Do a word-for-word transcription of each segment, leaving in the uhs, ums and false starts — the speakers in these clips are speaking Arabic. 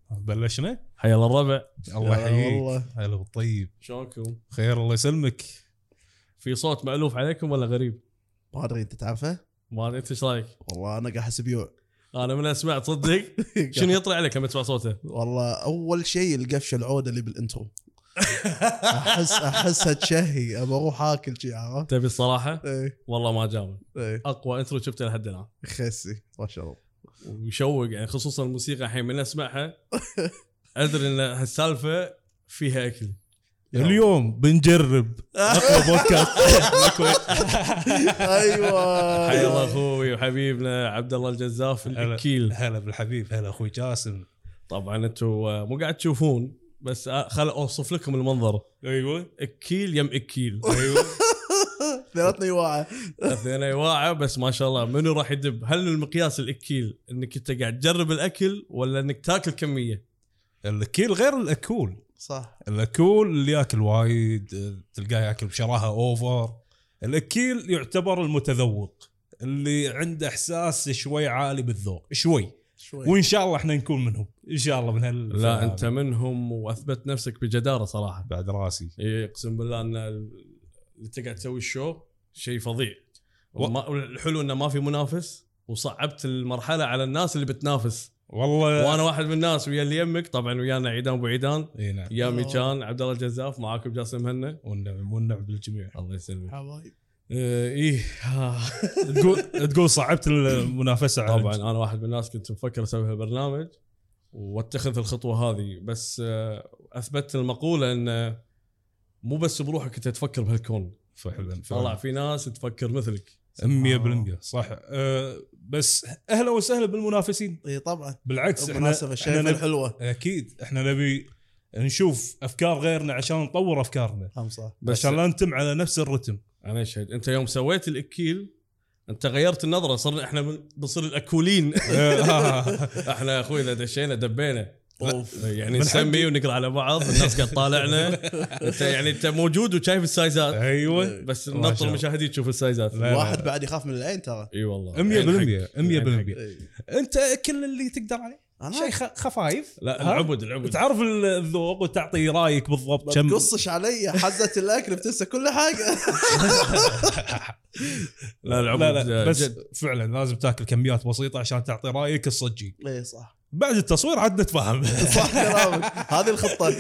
بلشنا. حيا الله الربع. الله يحييك. هلا بالطيب. شلونكم؟ خير الله يسلمك. في صوت مألوف عليكم ولا غريب؟ ما ادري انت تعرفه؟ ما ادري انت ايش رايك؟ والله انا قاعد احس بيوع. انا من اسمع تصدق شنو يطلع عليك لما تسمع صوته؟ والله اول شيء القفشه العوده اللي بالانترو. احس احسها تشهي ابى اروح اكل شي. عرفت؟ تبي الصراحه؟ ايه والله ما جامل. ايه اقوى انترو شفته لحد الان. خسي ما شاء الله. ويشوق يعني خصوصا الموسيقى الحين من اسمعها ادري ان هالسالفه فيها اكل. اليوم بنجرب اقوى بودكاست. ايوه حيا الله اخوي وحبيبنا عبد الله الجزاف الاكيل. هلا بالحبيب. هلا اخوي جاسم. طبعا انتم مو قاعد تشوفون بس خل اوصف لكم المنظر. ايوه اكيل يم اكيل. ايوه اثنيناتنا يواعه. اثنين يواعه بس ما شاء الله. منو راح يدب؟ هل المقياس الاكيل انك انت قاعد تجرب الاكل ولا انك تاكل كميه؟ الاكيل غير الاكول. صح. الاكول اللي ياكل وايد تلقاه ياكل بشراهه اوفر. الاكيل يعتبر المتذوق اللي عنده احساس شوي عالي بالذوق شوي. شوي. وان شاء الله احنا نكون منهم ان شاء الله من هال. لا انت منهم واثبت نفسك بجداره صراحه. بعد راسي. إيه اقسم بالله ان اللي تقعد تسوي الشو شيء فظيع. وما الحلو انه ما في منافس وصعبت المرحله على الناس اللي بتنافس. والله وانا واحد من الناس ويا اللي يمك طبعا ويانا عيدان ابو عيدان. اي نعم. يامي كان عبد الله الجزاف معاكم جاسم هنا. والنعم والنعم بالجميع. الله يسلمك حبايب. ايه تقول تقول صعبت المنافسه. طبعا انا واحد من الناس كنت مفكر اسوي هالبرنامج واتخذ الخطوه هذه بس اثبت المقوله ان مو بس بروحك انت تفكر بهالكون. فعلا طلع في ناس تفكر مثلك. مية بالمية صح. أه بس اهلا وسهلا بالمنافسين. اي طبعا بالعكس احنا الشيء الحلوه. اكيد احنا نبي نشوف افكار غيرنا عشان نطور افكارنا. هم صح. بس عشان لا نتم على نفس الرتم. انا اشهد انت يوم سويت الاكيل انت غيرت النظره. صرنا احنا بنصير الاكولين. احنا اخوي اذا دشينا دبينا يعني نسمي ونقرا على بعض. الناس قاعد طالعنا. انت يعني انت موجود وشايف السايزات. ايوه بس ننطر المشاهدين تشوف السايزات. واحد بعد يخاف من العين ترى. اي والله مية بالمية مية بالمية. انت كل اللي تقدر عليه شيء خفايف. لا العبد العبد تعرف الذوق وتعطي رايك بالضبط. كم تقصش علي حزه الاكل بتنسى كل حاجه. لا العبد لا لا بس جد. فعلا لازم تاكل كميات بسيطه عشان تعطي رايك الصجي. اي صح. بعد التصوير عاد نتفاهم. صح كلامك. هذه الخطه.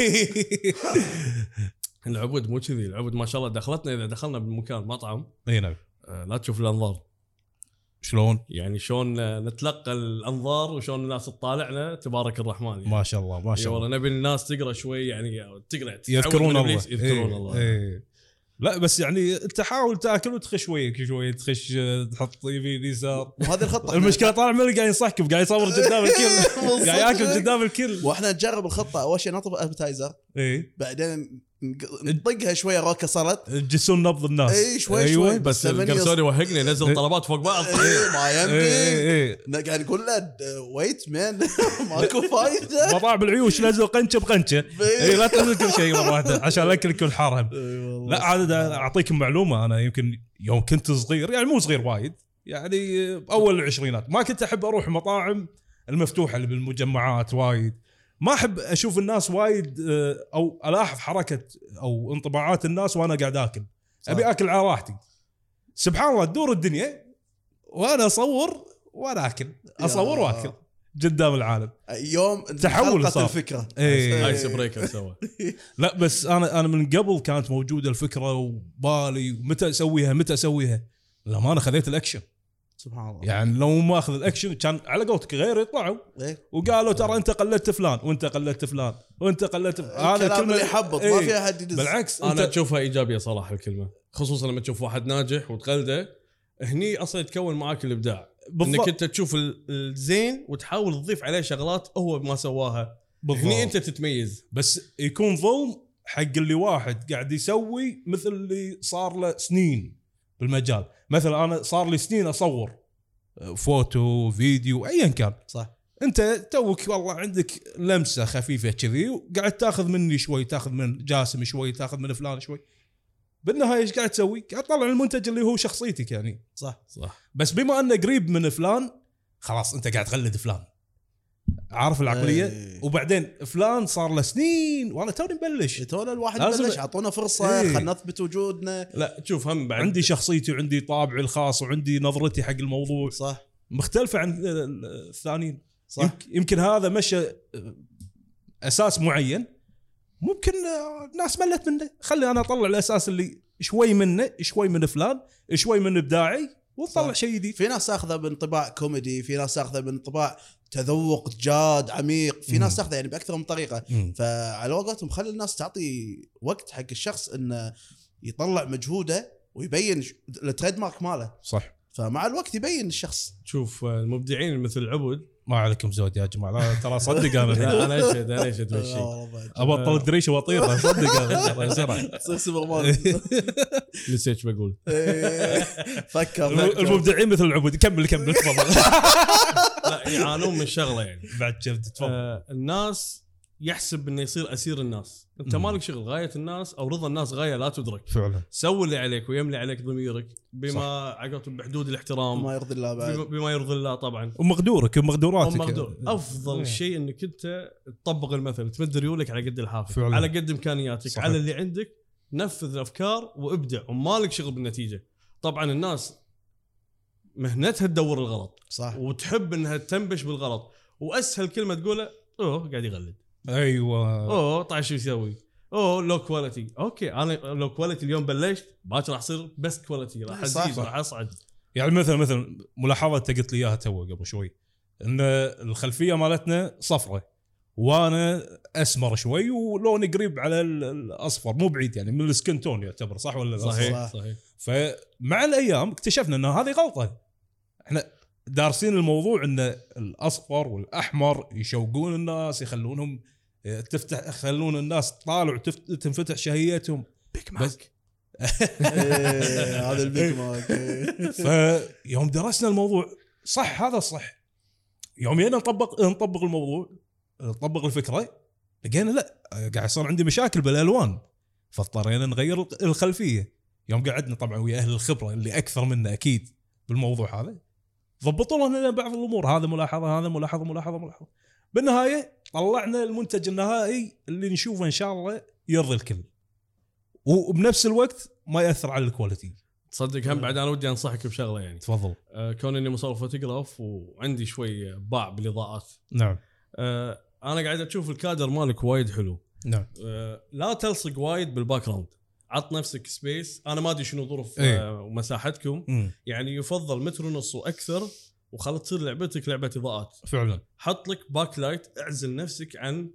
العبد مو كذي. العبد ما شاء الله دخلتنا اذا دخلنا بالمكان مطعم اي نعم لا تشوف الانظار شلون يعني شلون نتلقى الانظار وشلون الناس تطالعنا. تبارك الرحمن يعني. ما شاء الله ما شاء الله. والله نبي الناس تقرا شوي يعني تقرا يذكرون الله. يذكرون ايه الله. ايه. لا بس يعني تحاول تاكل وتخش شوي شوي تخش تحط يمين يسار. وهذه الخطه. المشكله طالع من قاعد يصكف قاعد يصور قدام الكل. قاعد ياكل قدام الكل. واحنا نجرب الخطه. اول شيء نطلب ابيتايزر. ايه بعدين نطقها شويه روكا سلطه. تجسون نبض الناس. اي شوي أيوة. شوي. بس القرصوني وهقني ينزل طلبات فوق بعض. إيه ما يمدي. ايه ايه. قاعد نقول له ويت مان ماكو فايده. مطاعم العيوش نزل قنشه بقنشه. اي لا تنزل كل شيء مره واحده عشان الاكل يكون حارهم. لا عاد اعطيكم معلومه. انا يمكن يوم كنت صغير يعني مو صغير وايد يعني باول العشرينات ما كنت احب اروح مطاعم المفتوحه اللي بالمجمعات وايد. ما احب اشوف الناس وايد او الاحظ حركه او انطباعات الناس وانا قاعد اكل. ابي اكل على راحتي. سبحان الله تدور الدنيا وانا اصور وانا اكل اصور واكل قدام العالم. يوم تحول صار الفكره. ايه. ايس بريكر سوى. لا بس انا انا من قبل كانت موجوده الفكره وبالي متى اسويها متى اسويها. لما انا خذيت الاكشن سبحان الله. يعني لو ما اخذ الاكشن كان على قولتك غير يطلعوا إيه؟ وقالوا ترى انت قلدت فلان وانت قلدت فلان وانت قلدت هذا كلمه اللي يحبط. ايه. ما في احد يدز. بالعكس انا انت اشوفها ايجابيه صراحه الكلمه. خصوصا لما تشوف واحد ناجح وتقلده. هني اصلا يتكون معاك الابداع. انك انت تشوف الزين وتحاول تضيف عليه شغلات هو ما سواها. هني انت تتميز. بس يكون ظلم حق اللي واحد قاعد يسوي مثل اللي صار له سنين بالمجال. مثلا انا صار لي سنين اصور فوتو فيديو ايا كان. صح. انت توك والله عندك لمسه خفيفه كذي وقاعد تاخذ مني شوي تاخذ من جاسم شوي تاخذ من فلان شوي. بالنهايه ايش قاعد تسوي؟ قاعد تطلع المنتج اللي هو شخصيتك يعني. صح صح. بس بما انه قريب من فلان خلاص انت قاعد تقلد فلان. عارف العقليه. إيه. وبعدين فلان صار له سنين وانا توني مبلش، تونا الواحد لازم- بلش اعطونا فرصه إيه. خلينا نثبت وجودنا. لا شوف هم بعد عندي شخصيتي وعندي طابعي الخاص وعندي نظرتي حق الموضوع صح مختلفه عن الثانيين. صح يمكن, يمكن هذا مشى اساس معين، ممكن الناس ملت منه، خلي انا اطلع الاساس اللي شوي منه شوي من فلان شوي من ابداعي ونطلع صح. شيء جديد. في ناس تاخذه بانطباع كوميدي، في ناس تاخذه بانطباع تذوق جاد عميق، في مم. ناس تاخذه يعني باكثر من طريقه. مم. فعلى وقتهم خلي الناس تعطي وقت حق الشخص انه يطلع مجهوده ويبين ش- التريد مارك ماله، صح. فمع الوقت يبين الشخص. شوف المبدعين مثل عبد. ما عليكم زود يا جماعه، لا ترى صدق انا لا انا اشهد انا اشهد بالشيء. ابطل الدريشه واطيره صدق انا بسرعه. تصير سوبر مان. لسه ايش بقول؟ إيه. فكر الم- فكر. المبدعين مثل العبود. كمل كمل تفضل. لا يعانون من شغله يعني بعد شفت تفضل. آه الناس يحسب انه يصير اسير الناس. انت مم. مالك شغل، غايه الناس او رضا الناس غايه لا تدرك. فعلا سوي اللي عليك ويملي عليك ضميرك بما عقلتم بحدود الاحترام، ما يرضي الله بعد. بما- بما يرضي الله طبعا. ومقدورك ومقدوراتك. ومقدور. افضل مم. شيء انك انت تطبق المثل، تمد ريولك على قد الحافظ، فعلا. على قد امكانياتك، صحيح. على اللي عندك، نفذ الافكار وابدع ومالك شغل بالنتيجه. طبعا الناس مهنتها تدور الغلط صح وتحب انها تنبش بالغلط، واسهل كلمه تقولها اوه قاعد يغلد، ايوه اوه طيب شو يسوي، اوه لو كواليتي. اوكي انا لو كواليتي اليوم بلشت باكر راح اصير بيست كواليتي، راح صح، ازيد صح. راح اصعد. يعني مثلا مثلا ملاحظه انت قلت لي اياها تو قبل شوي، ان الخلفيه مالتنا صفرة وانا اسمر شوي ولوني قريب على ال- الاصفر، مو بعيد يعني من السكن تون يعتبر، صح ولا لا؟ صحيح صح. صحيح. فمع الايام اكتشفنا ان هذه غلطه. احنا دارسين الموضوع ان الاصفر والاحمر يشوقون الناس، يخلونهم تفتح، يخلون الناس تطالع وتنفتح شهيتهم. بيك بس إيه، هذا البيك ماك. إيه. فيوم درسنا الموضوع صح، هذا صح، يوم جينا نطبق نطبق الموضوع، نطبق الفكره، لقينا لا قاعد يصير عندي مشاكل بالالوان، فاضطرينا نغير الخلفيه. يوم قعدنا طبعا ويا اهل الخبره اللي اكثر منا اكيد بالموضوع هذا، ضبطوا لنا بعض الامور، هذا ملاحظه هذا ملاحظه ملاحظه ملاحظه. بالنهايه طلعنا المنتج النهائي اللي نشوفه ان شاء الله يرضي الكل، وبنفس الوقت ما ياثر على الكواليتي. تصدق هم بعد انا ودي انصحك بشغله يعني. تفضل. آه كون اني مصور فوتوغراف وعندي شوي باع بالاضاءات، نعم آه انا قاعد اشوف الكادر مالك وايد حلو. نعم آه لا تلصق وايد بالباك جراوند، عط نفسك سبيس. انا ما ادري شنو ظروف إيه. آه ومساحتكم، مم. يعني يفضل متر ونص واكثر، وخلت تصير لعبتك لعبه اضاءات. فعلا حط لك باك لايت، اعزل نفسك عن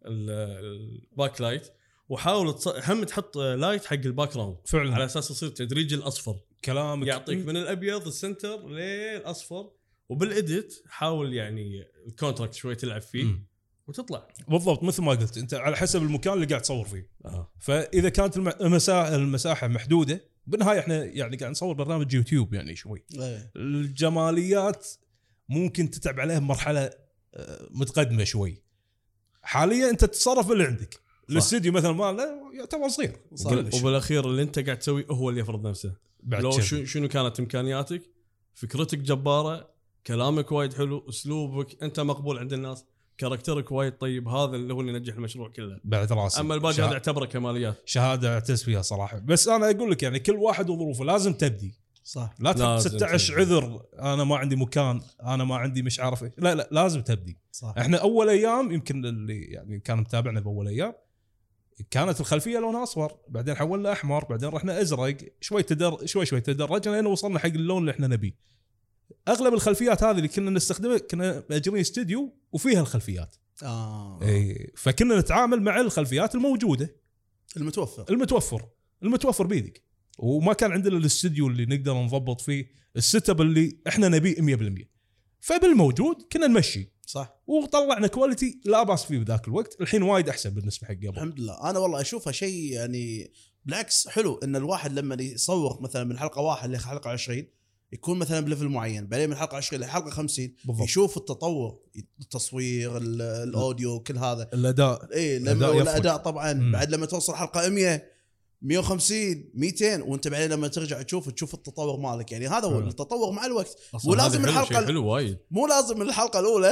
ال- الباك لايت، وحاول تص... هم تحط لايت حق الباك جراوند فعلا على اساس يصير تدريج الاصفر، كلامك يعطيك من الابيض السنتر للاصفر. وبالاديت حاول يعني الكونتراكت شوي تلعب فيه مم. وتطلع. بالضبط مثل ما قلت انت، على حسب المكان اللي قاعد تصور فيه. آه. فاذا كانت الم- المساحه المساحه محدوده، بالنهايه احنا يعني قاعد نصور برنامج يوتيوب يعني شوي إيه. الجماليات ممكن تتعب عليها بمرحله آه، متقدمه شوي. حاليا انت تتصرف باللي عندك، الاستديو مثلا مالنا يعتبر صغير صح. وبالاخير اللي انت قاعد تسويه هو اللي يفرض نفسه. بعد لو شذي. شو- شنو كانت امكانياتك، فكرتك جباره، كلامك وايد حلو، اسلوبك انت مقبول عند الناس، كاركترك وايد طيب، هذا اللي هو اللي ينجح المشروع كله. بعد راسي اما الباقي شا- هذا اعتبره كماليات. شهاده اعتز فيها صراحه. بس انا اقول لك يعني كل واحد وظروفه، لازم تبدي، صح لا تحط لازم ستة عشر تبدي. عذر، انا ما عندي مكان، انا ما عندي مش عارف ايش. لا لا لازم تبدي. صح احنا اول ايام يمكن اللي يعني كان متابعنا باول ايام كانت الخلفيه لونها اصفر، بعدين حولنا احمر، بعدين رحنا ازرق، شوي تدر شوي شوي تدرجنا لين وصلنا حق اللون اللي احنا نبيه. اغلب الخلفيات هذه اللي كنا نستخدمها كنا ماجرين استوديو وفيها الخلفيات. اه اي فكنا نتعامل مع الخلفيات الموجوده، المتوفر. المتوفر المتوفر بيدك، وما كان عندنا الاستوديو اللي نقدر نضبط فيه السيت اب اللي احنا نبيه مية بالمية. فبالموجود كنا نمشي صح وطلعنا كواليتي لا باس فيه بذاك الوقت. الحين وايد احسن بالنسبه حق قبل. الحمد لله. انا والله اشوفها شيء يعني بالعكس حلو، ان الواحد لما يصور مثلا من حلقه واحد لحلقه عشرين يكون مثلا بليفل معين، بعدين من حلقه عشرين لحلقه خمسين بالضبط. يشوف التطور، التصوير، ال- الاوديو، كل هذا. الاداء ايه لما الأداء يفرق. الاداء طبعا. مم. بعد لما توصل حلقه مية مية وخمسين ميتين، وانت بعدين لما ترجع تشوف تشوف التطور مالك. يعني هذا هو فعلا. التطور مع الوقت. أصلاً ولازم هذا حلو، الحلقة شيء حلو وايد. مو لازم من الحلقه الاولى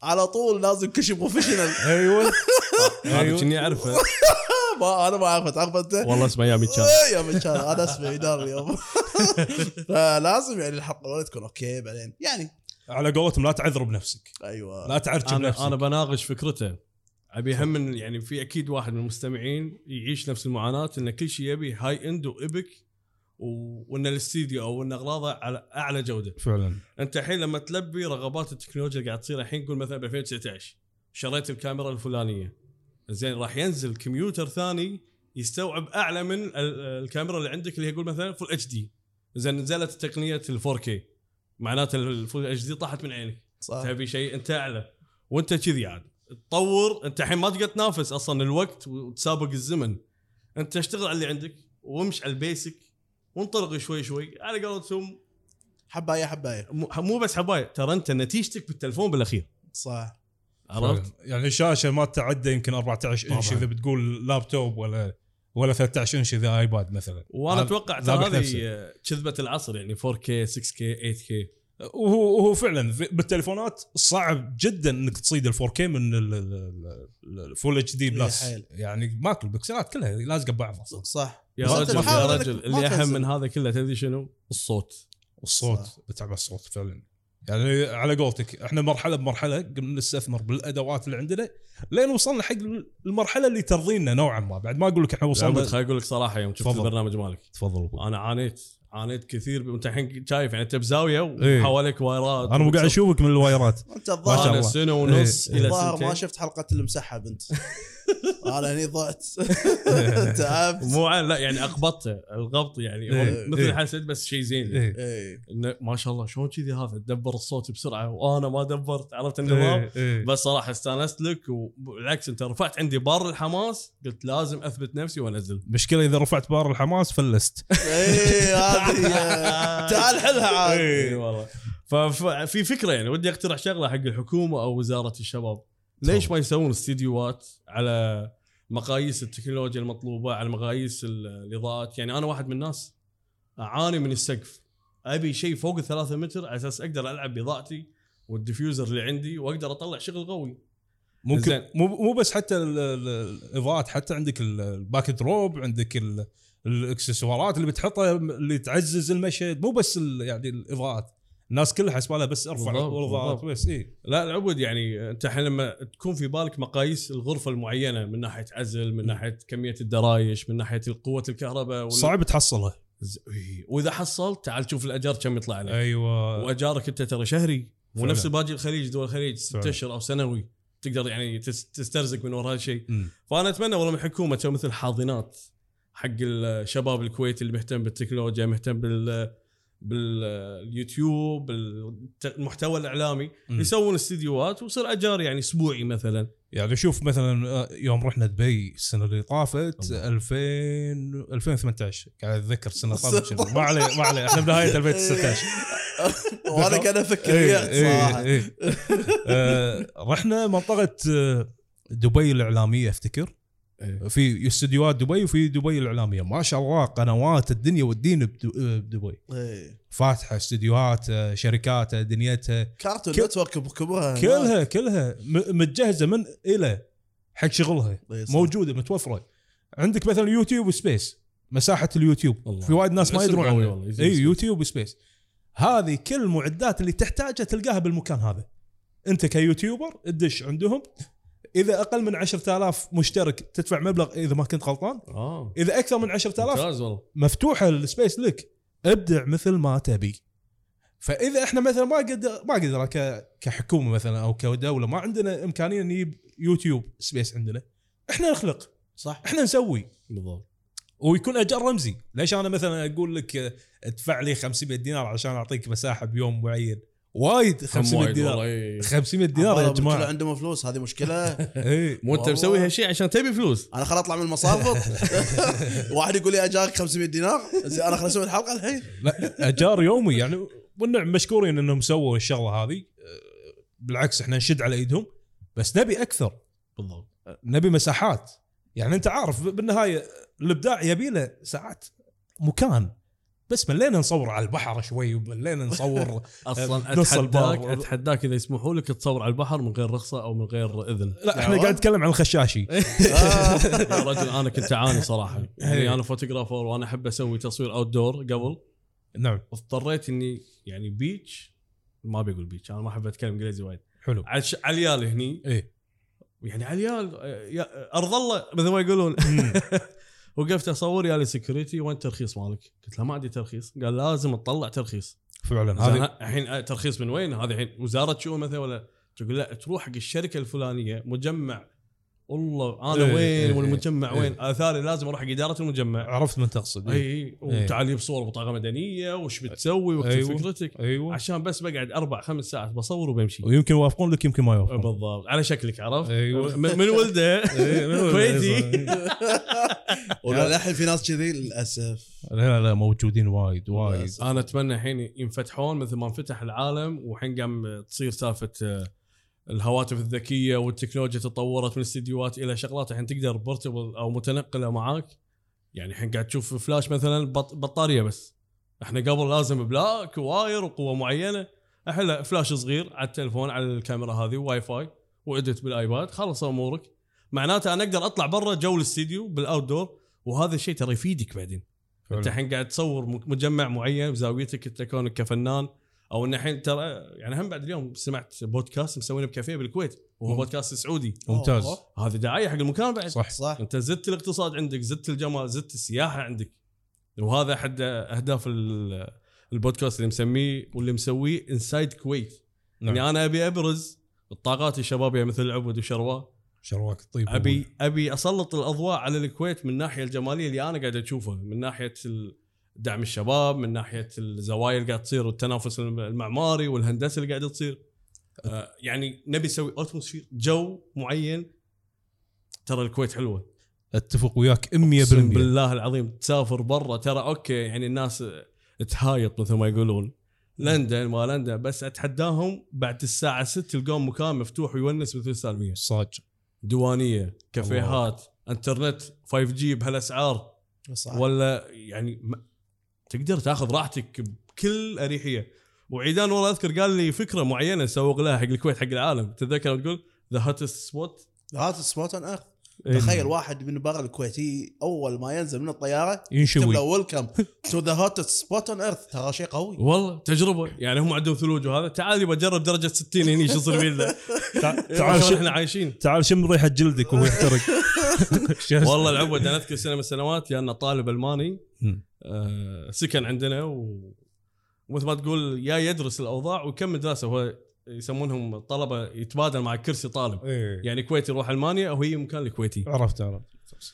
على طول لازم كشي بروفيشنال. ايوه هذا كني اعرفه. ما انا ما اعرف تعرف انت والله اسمه يا ميتشان. يا ميتشان انا اسمي دار اليوم. فلازم يعني الحلقه الاولى تكون اوكي بعدين يعني على قولتهم لا تعذر بنفسك، ايوه لا تعرج بنفسك. انا انا بناقش فكرته. ابي هم من يعني في اكيد واحد من المستمعين يعيش نفس المعاناه ان كل شيء يبي هاي اند وابك وان الاستديو او ان اغراضه على اعلى جوده. فعلا انت الحين لما تلبي رغبات التكنولوجيا اللي قاعد تصير الحين، قول مثلا ب ألفين وتسعة عشر شريت الكاميرا الفلانيه، زين راح ينزل كمبيوتر ثاني يستوعب اعلى من الكاميرا اللي عندك اللي هي يقول مثلا فول اتش دي، زين نزلت تقنيه الفور كي معناته الفول اتش دي طاحت من عينك. صح. تبي شيء انت اعلى وانت كذي عاد تطور. انت الحين ما تقدر تنافس اصلا الوقت وتسابق الزمن، انت اشتغل على اللي عندك وامش على البيسك وانطلق شوي شوي على قولتهم حبايه حبايه. مو بس حبايه، ترى انت نتيجتك بالتلفون بالاخير. صح عرفت يعني الشاشه ما تعدى يمكن أربعة عشر انش اذا بتقول لابتوب، ولا ولا ثلاثة عشر انش اذا ايباد مثلا. وانا اتوقع ترى هذه كذبه العصر، يعني فور كي ستة كي ثمانية كي. وهو وهو فعلا بالتليفونات صعب جدا انك تصيد ال فور كي من الفول اتش دي بلس، يعني ماكل البكسلات كلها لازقه ببعض. صح يا رجل يا رجل اللي اهم من هذا كله تدري شنو؟ الصوت. الصوت بتعب الصوت فعلا. يعني على قولتك احنا مرحله بمرحله قمنا نستثمر بالادوات اللي عندنا لين وصلنا حق المرحله اللي ترضينا نوعا ما. بعد ما اقول لك احنا وصلنا، خليني اقول لك صراحه يوم شفت البرنامج مالك تفضل. انا عانيت عانيت كثير. وانت الحين شايف يعني انت بزاويه إيه. وحواليك وايرات، انا مو قاعد اشوفك من الوايرات. انت الظاهر سنه ونص إيه. الى الظاهر سنتين ما شفت حلقه المسحب انت. انا هني ضعت. تعبت. مو لا يعني اقبضته الغبط يعني إيه. مثل إيه. حسد بس شيء زين. إيه. ايه انه ما شاء الله شلون كذي هذا تدبر الصوت بسرعه وانا ما دبرت. عرفت النظام. إيه. إيه. بس صراحه استانست لك، وبالعكس انت رفعت عندي بار الحماس. قلت لازم اثبت نفسي وانزل. مشكله اذا رفعت بار الحماس فلست. ايه هذه تعال حلها عاد. اي والله. ففي فكره يعني ودي اقترح شغله حق الحكومه او وزاره الشباب. ليش ما يسوون استديوهات على مقاييس التكنولوجيا المطلوبه، على مقاييس الاضاءات؟ يعني انا واحد من الناس اعاني من السقف، ابي شيء فوق الثلاثة متر على اساس اقدر العب باضاءتي والديفيوزر اللي عندي واقدر اطلع شغل قوي. ممكن مو مو بس حتى الاضاءات، حتى عندك الباك دروب، عندك الاكسسوارات اللي بتحطها اللي تعزز المشهد. مو بس يعني الاضاءات، الناس كلها حسبالها بس ارفع الاضاءات بس. ايه لا العبد يعني انت الحين لما تكون في بالك مقاييس الغرفه المعينه من ناحيه عزل، من ناحيه كميه الدرايش، من ناحيه قوه الكهرباء، صعب تحصلها. واذا حصلت تعال شوف الاجار كم يطلع لك. ايوه واجارك انت ترى شهري، ونفس باقي الخليج، دول الخليج ست اشهر او سنوي تقدر يعني تسترزق من وراء هالشيء. فانا اتمنى والله من الحكومه تسوي مثل حاضنات حق الشباب الكويتي اللي مهتم بالتكنولوجيا، مهتم بال باليوتيوب، المحتوى الاعلامي، يسوون استديوهات ويصير اجار يعني اسبوعي مثلا. يعني شوف مثلا يوم رحنا دبي السنه اللي طافت ألفين ألفين وثمانية عشر، قاعد اتذكر السنه طافت ما عليه ما عليه احنا بنهايه ألفين وستة عشر وانا قاعد افكر ايه صراحه. ايه آه رحنا منطقه دبي الاعلاميه افتكر. في استديوهات دبي وفي دبي الاعلاميه، ما شاء الله قنوات الدنيا والدين بدبي. ايه فاتحه استديوهات، شركات، دنيتها، كارتون نتورك بكبرها كلها كلها متجهزه من الى حق شغلها. إيه موجوده متوفره. عندك مثلا يوتيوب سبيس، مساحه اليوتيوب الله. في وايد ناس ما يدرون عنها. اي يوتيوب سبيس هذه كل المعدات اللي تحتاجها تلقاها بالمكان هذا. انت كيوتيوبر تدش عندهم، اذا اقل من عشرة آلاف مشترك تدفع مبلغ اذا ما كنت غلطان. اه اذا اكثر من عشرة آلاف ممتاز والله، مفتوحه السبيس لك، ابدع مثل ما تبي. فاذا احنا مثلا ما قدر ما قدر كحكومه مثلا او كدوله ما عندنا امكانيه نجيب يوتيوب سبيس عندنا، احنا نخلق. صح احنا نسوي بالضبط، ويكون اجار رمزي. ليش انا مثلا اقول لك ادفع لي خمسمية دينار عشان اعطيك مساحه بيوم معين؟ وايد خمسمية دينار، خمسمية دينار يا جماعه. عندهم فلوس، هذه مشكله. اي مو انت مسوي هالشيء عشان تبي فلوس. انا خل اطلع من المصافط. واحد يقول لي اجارك خمسمية دينار، زين انا خل اسوي الحلقه الحين. لا اجار يومي يعني. والنعم مشكورين انهم سووا الشغله هذه، بالعكس احنا نشد على ايدهم، بس نبي اكثر. بالضبط، نبي مساحات. يعني انت عارف بالنهايه الابداع يبي له ساعات مكان، بس ملينا نصور على البحر شوي وملينا نصور اصلا نص اتحداك البار. اتحداك اذا يسمحوا لك تصور على البحر من غير رخصه او من غير اذن. لا احنا قاعد نتكلم عن الخشاشي. يا رجل انا كنت اعاني صراحه يعني انا فوتوغرافر وانا احب اسوي تصوير اوت دور قبل. نعم اضطريت اني يعني بيتش ما بيقول بيتش انا ما احب اتكلم انجليزي وايد حلو على اليال هني ايه يعني على اليال يا ارض الله مثل ما يقولون. وقفت اصور يا لي سكيورتي وين الترخيص مالك؟ قلت له ما عندي ترخيص. قال لازم تطلع ترخيص. فعلا هذه هذه الحين ترخيص من وين؟ هذه الحين وزاره شؤون مثلا ولا تقول لا تروح حق الشركه الفلانيه مجمع والله انا إيه وين إيه والمجمع إيه وين اثاري لازم اروح حق اداره المجمع. عرفت من تقصد. اي اي وتعال بصور بطاقه مدنيه وش بتسوي وقت أيوة. فكرتك ايوه عشان بس بقعد اربع خمس ساعات بصور وبمشي. ويمكن يوافقون لك يمكن ما يوافقون. بالضبط على شكلك عرفت. أيوة. من من ولده كويتي. ولا الحين في ناس كذي للاسف. لا لا موجودين وايد وايد. انا اتمنى الحين ينفتحون مثل ما انفتح العالم وحين قام تصير سالفه الهواتف الذكيه والتكنولوجيا تطورت من استديوهات الى شغلات الحين تقدر بورتبل او متنقله معاك. يعني الحين قاعد تشوف فلاش مثلا بط... بطاريه بس. احنا قبل لازم بلاك واير وقوه معينه. الحين فلاش صغير على التليفون على الكاميرا هذه واي فاي وادت بالايباد خلص امورك. معناته انا اقدر اطلع برا جو الاستديو بالاوت دور وهذا الشيء ترى يفيدك بعدين. فعلا. انت الحين قاعد تصور مجمع معين بزاويتك انت كونك كفنان او ان الحين ترى يعني هم بعد اليوم سمعت بودكاست مسوينه بكافيه بالكويت وهو بودكاست سعودي ممتاز. هذه دعايه حق المكان بعد. صح صح. انت زدت الاقتصاد عندك زدت الجمال زدت السياحه عندك. وهذا احد اهداف البودكاست اللي مسميه واللي مسويه انسايد كويت. نعم. يعني انا ابي ابرز الطاقات الشبابيه مثل عبد وشروه. شرواك طيب. ابي ابي اسلط الاضواء على الكويت من الناحيه الجماليه اللي انا قاعد اشوفها من ناحيه دعم الشباب من ناحيه الزوايا اللي قاعد تصير والتنافس المعماري والهندسه اللي قاعده تصير. آه يعني نبي نسوي اتموسفير جو معين. ترى الكويت حلوه اتفق وياك مية اقسم بالمية. بالله العظيم. تسافر برا ترى اوكي يعني الناس تهايط مثل ما يقولون لندن ما لندن بس اتحداهم بعد الساعه ستة تلقون مكان مفتوح ويونس مثل السالميه. صاج ديوانيه كافيهات انترنت فايف جي بهالاسعار ولا يعني م... تقدر تاخذ راحتك بكل اريحيه. وعيدان والله اذكر قال لي فكره معينه سوق لها حق الكويت حق العالم. تتذكر تقول ذا هاتست سبوت هات سبوت ان اخ. تخيل واحد من بغل الكويتي اول ما ينزل من الطياره ينشوي ويلكم تو ذا هوتست سبوت اون ايرث. ترى شيء قوي والله تجربه. يعني هم عندهم ثلوج وهذا تعال بجرب درجه ستين هني شو يصير فينا. تعال شو احنا عايشين. تعال شم ريحه جلدك وهو يحترق. والله العبد انا اذكر سنه من السنوات لان يعني طالب الماني آه سكن عندنا ومثل ما تقول يا يدرس الاوضاع ويكمل دراسه. هو يسمونهم طلبه يتبادل مع كرسي طالب. إيه. يعني كويتي يروح المانيا او هي مكان الكويتي. عرفت عرفت.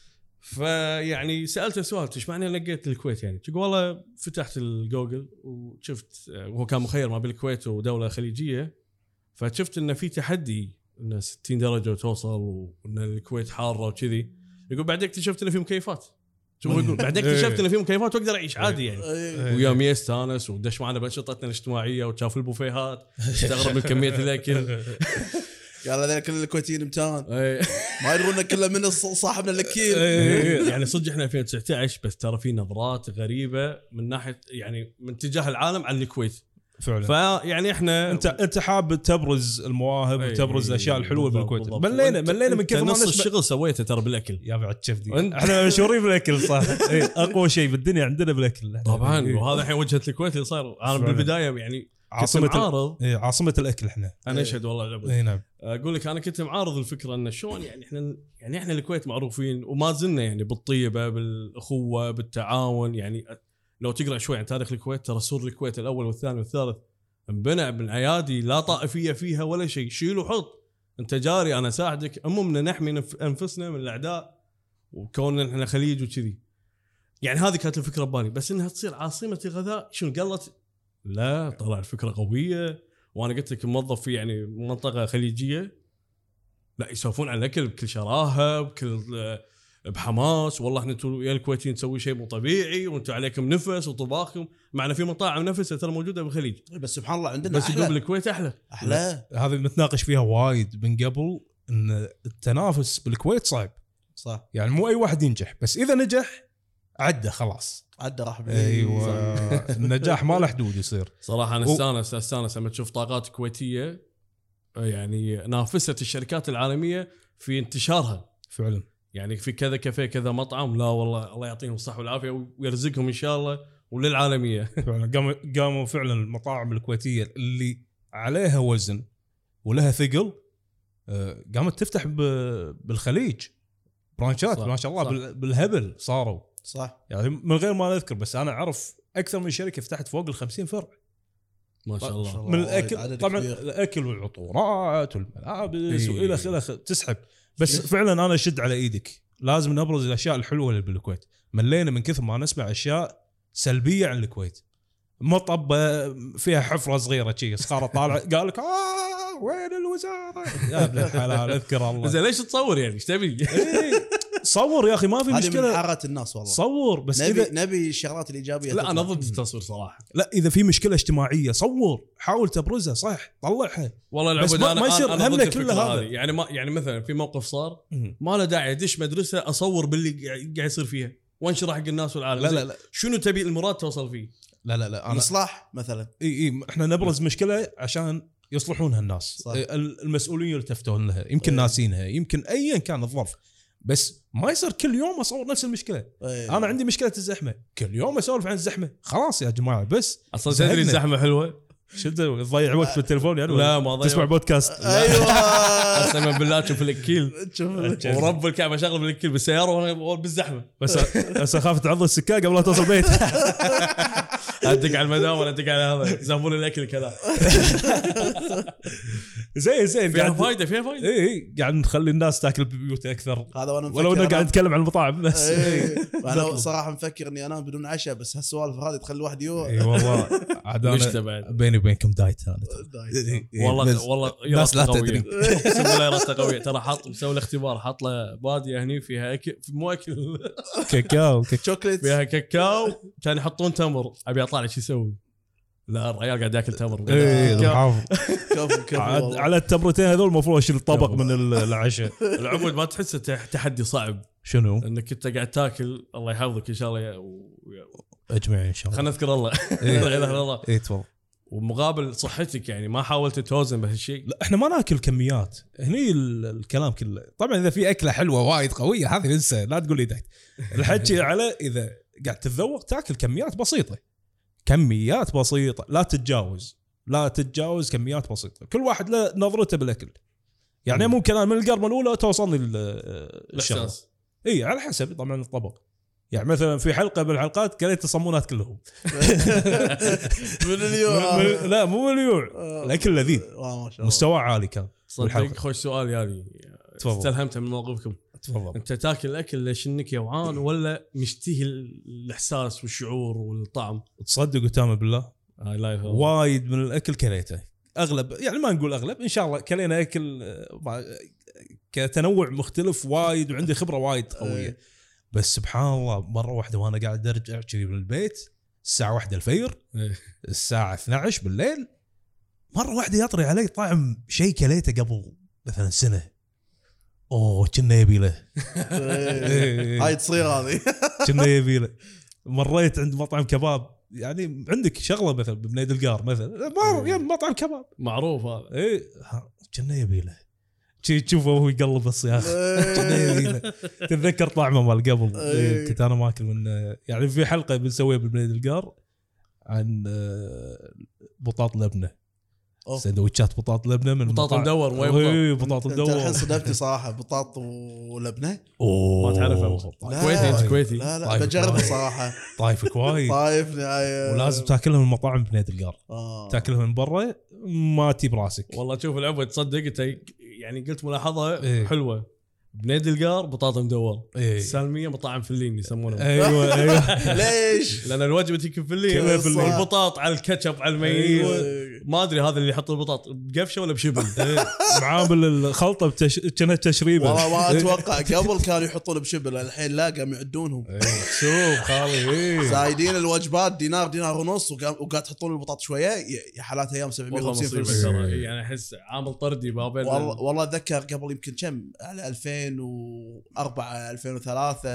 فيعني سالته سؤال ايش معنى لقيت الكويت يعني؟ تقول والله فتحت الجوجل وشفت وهو كان مخير ما بين الكويت ودوله خليجيه فشفت انه في تحدي انه ستين درجه وتوصل وان الكويت حاره وكذي. يقول بعدين اكتشفت انه في مكيفات. شوف يقول بعدين اكتشفت انه في مكيفات واقدر اعيش عادي يعني. ويا مية استانس ودش معنا بانشطتنا الاجتماعيه وشاف البوفيهات استغرب من كميه الاكل. قال هذول كل الكويتيين امتحان ما يدرون كله من صاحبنا الاكيل. يعني صدق احنا ألفين وتسعة عشر بس ترى في نظرات غريبه من ناحيه يعني من اتجاه العالم عن الكويت فعلا. فيعني احنا انت انت حاب تبرز المواهب وتبرز الاشياء الحلوه بالكويت. ملينا ملينا من كثر ما نص الشغل سويته ترى بالاكل يا بعد كفدي. احنا مشهورين بالاكل صح. اقوى شيء بالدنيا عندنا بالاكل طبعا. وهذا الحين وجهه الكويت اللي صار. انا بالبدايه يعني عاصمه معارض. ايه عاصمه الاكل احنا. انا اشهد والله العبد. اي نعم. اقول لك انا كنت معارض الفكره ان شلون يعني احنا يعني احنا الكويت معروفين وما زلنا يعني بالطيبه بالاخوه بالتعاون. يعني لو تقرا شوي عن تاريخ الكويت ترى سور الكويت الاول والثاني والثالث انبنى من ايادي لا طائفيه فيها ولا شيء. شيل وحط انت جاري انا ساعدك. المهم نحمي انفسنا من الاعداء وكوننا احنا خليج وكذي. يعني هذه كانت الفكره ببالي بس انها تصير عاصمه الغذاء شنو قلت. لا طلع الفكره قويه. وانا قلت لك موظف في يعني منطقه خليجيه لا يسولفون عن الاكل بكل شراهه بكل بحماس. والله احنا يا الكويتيين نسوي شيء مو طبيعي وانتم عليكم نفس وطباخكم. معنا في مطاعم نفسها ترى موجوده بالخليج بس سبحان الله عندنا بس يقول بالكويت احلى احلى. هذه نتناقش فيها وايد من قبل ان التنافس بالكويت صعب صح. يعني مو اي واحد ينجح بس اذا نجح عدى خلاص عدى راح ايوه النجاح ما له حدود يصير صراحه انا استانس استانس لما تشوف طاقات كويتيه يعني نافست الشركات العالميه في انتشارها فعلا. يعني في كذا كافيه كذا مطعم لا والله الله يعطيهم الصحه والعافيه ويرزقهم ان شاء الله وللعالميه. فعلا قاموا قاموا فعلا المطاعم الكويتيه اللي عليها وزن ولها ثقل قامت تفتح بالخليج برانشات ما شاء الله صح. بالهبل صاروا صح يعني من غير ما نذكر بس انا اعرف اكثر من شركه فتحت فوق الخمسين فرع ما شاء الله من الاكل طبعا كبير. الاكل والعطورات والملابس والى اخره تسحب بس فعلا انا اشد على ايدك لازم نبرز الاشياء الحلوه اللي بالكويت. ملينا من كثر ما نسمع اشياء سلبيه عن الكويت. مطب فيها حفره صغيره شيء صخره طالع قال لك اه وين الوزاره يا ابن الحلال اذكر الله. زين ليش تصور يعني ايش تبي؟ صور يا اخي ما في مشكله. هذه من حاره الناس والله. صور بس نبي إذا نبي الشغلات الايجابيه. لا انا ضد التصوير صراحه. لا اذا في مشكله اجتماعيه صور حاول تبرزها صح طلعها. والله العبد انا ما يصير همنا كل هذا يعني ما يعني مثلا في موقف صار ما له داعي ادش مدرسه اصور باللي قاعد يصير فيها وانشر حق الناس والعالم. لا لا لا شنو تبي المراد توصل فيه؟ لا لا لا انا اصلاح مثلا اي اي احنا نبرز مشكله عشان يصلحونها الناس صح. المسؤولين يلتفتون لها يمكن أيه. ناسينها يمكن ايا كان الظرف بس ما يصير كل يوم اصور نفس المشكله. أيه. انا عندي مشكله الزحمه كل يوم اسولف عن الزحمه خلاص يا جماعه بس اصلا تدري الزحمه حلوه شو تضيع وقت في التليفون يعني لا ما تسمع بودكاست. ايوه قسما بالله تشوف الاكيل ورب الكعبه شغل بالاكيل بالسياره وانا بالزحمه بس بس اخاف تعض السكه قبل لا توصل بيت. ادق على المدام ولا ادق على هذا زبون الاكل كذا. زين زين فيها فايده فيها فايده اي اي قاعد نخلي الناس تاكل ببيوت اكثر هذا وانا ولو انه قاعد نتكلم عن المطاعم بس. انا صراحه مفكر اني انام بدون عشاء بس هالسوالف هذه تخلي الواحد يو. اي والله عاد انا بيني وبينكم دايت هذا والله والله الناس لا تدري. اقسم بالله راسته قويه ترى حاط مسوي الاختبار حاط له باديه هني فيها اكل مو اكل كاكاو شوكليت فيها كاكاو كان يحطون تمر ابي اطلع ايش يسوي. لا الرجال قاعد ياكل تمر. ايه حافظ كفو كفو على التمرتين هذول المفروض اشيل الطبق من العشاء. العبود ما تحس تحدي صعب شنو انك انت قاعد تاكل الله يحفظك ان شاء الله اجمعين ان شاء الله خلينا نذكر الله. لا اله الا الله. اي تفضل. ومقابل صحتك يعني ما حاولت توازن بهالشيء. لا احنا ما ناكل كميات هني الكلام كله. طبعا اذا في اكله حلوه وايد قويه هذه انسى لا تقول لي دايت. الحكي على اذا قاعد تتذوق تاكل كميات بسيطه كميات بسيطه لا تتجاوز لا تتجاوز كميات بسيطه. كل واحد له نظرته بالاكل يعني مم. ممكن انا من القرمه الاولى توصلني الشغله اي على حسب طبعا الطبق. يعني مثلا في حلقه من الحلقات كليت الصمونات كلهم من اليوع. لا مو من اليوع الاكل لذيذ مستوى عالي كان. صدق خوش سؤال يعني استلهمته من موقفكم. تفضل. انت تاكل الاكل ليش انك يوعان ولا مشتهي الاحساس والشعور والطعم؟ تصدق وتامن بالله آه وايد من الاكل كليته اغلب يعني ما نقول اغلب ان شاء الله كلينا اكل كتنوع مختلف وايد وعندي خبره وايد قويه. بس سبحان الله مره واحده وانا قاعد ارجع كذي من البيت الساعه واحدة الفجر الساعه اثني عشر بالليل مره واحده يطري علي طعم شيء كليته قبل مثلا سنه. اوه كنا يبي له هاي تصير هذه كنا يبي له. مريت عند مطعم كباب يعني عندك شغله مثلا ببنيد القار مثلا ما يعني مطعم كباب معروف هذا اي كنا يبي له شي تشوفه وهو يقلب الصياخ كنا يبي له. تتذكر طعمه مال قبل كنت انا ماكل من يعني في حلقه بنسويها ببنيد القار عن بطاط لبنه سندويتشات بطاط لبنه من بطاط مدور وين بطاط مدور. الحين صدمتني صراحه بطاط ولبنه ما تعرفه كويتي انت كويتي. لا لا بجربها صراحه طايفك وايد طايفني ولازم تاكلها من مطاعم بنيد القار. آه. تاكلها من برا ما تجيب راسك والله. شوف العبد تصدق انت يعني قلت ملاحظه إيه. حلوه بنيد القار بطاطا مدور. إيه. السالميه مطاعم فلين يسمونه. ايوه ايوه ليش؟ لان الوجبه تكون فلين والبطاط على الكاتشب على المي. أيوة. ما ادري هذا اللي يحط البطاط بقفشه ولا بشبل معاه بالخلطه بتش... كانت تشريبه. والله ما اتوقع قبل كانوا يحطون بشبل الحين لا قام يعدونهم. شوف خالي إيه. زايدين الوجبات دينار دينار ونص وقاعد تحطون البطاط شويه يا حالات ايام سبعمية وخمسين بالمية. يعني احس عامل طردي بابين. والله والله اتذكر قبل يمكن كم على ألفين وأربعة ألفين وثلاثة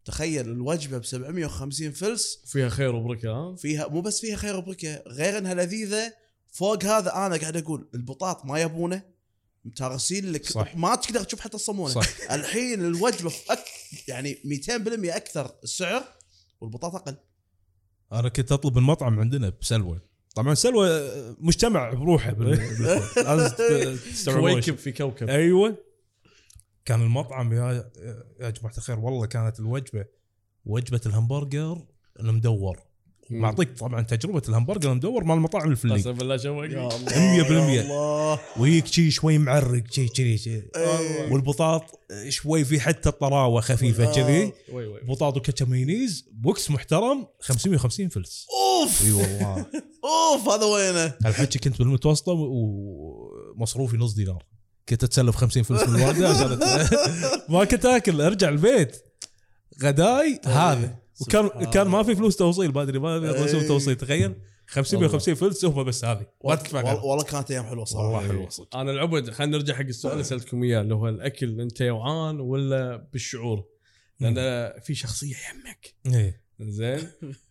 تخيل الوجبه ب سبعمية وخمسين فلس فيها خير وبركه. ها فيها مو بس فيها خير وبركه، غير انها لذيذه. فوق هذا انا قاعد اقول البطاط ما يبونه متارسين لك صح. ما تقدر تشوف حتى الصمونه. صح. الحين الوجبه في أك... يعني مئتين بالمئة اكثر السعر والبطاطا اقل. انا كنت اطلب من مطعم عندنا بسلوى، طبعا سلوى مجتمع بروحه بال- لازم تستوعبون كويكب في كوكب. ايوه. كان المطعم يا يا جماعه الخير والله كانت الوجبه وجبه الهمبرجر المدور. معطيك طبعا تجربه الهمبرجر المدور مال المطاعم الفلي قسم بالله شوق. يا الله مية بالمية. يا الله. ويك شي شوي معرق شي كذي شي. أيوة. والبطاط شوي في حتى الطراوه خفيفه آه. كذي. وي وي بطاط وكاتشب مايونيز بوكس محترم خمسمية وخمسين فلس. اوف اي والله. اوف هذا وينه. هالحكي كنت بالمتوسطه ومصروفي نص دينار، كنت اتسلف خمسين فلس من الوالده عشان أت- ما كنت اكل ارجع البيت غداي هذا. وكان كان ما في فلوس توصيل، ما ادري ما في فلوس توصيل. تخيل خمسمية وخمسين فلس هم بس هذه ما تكفى والله, عنها. والله كانت ايام حلوه صراحه. والله حلوه صدق. انا العبد خلينا نرجع حق السؤال اللي سالتكم اياه اللي هو الاكل انت جوعان ولا بالشعور؟ لان في شخصيه يهمك ايه زين.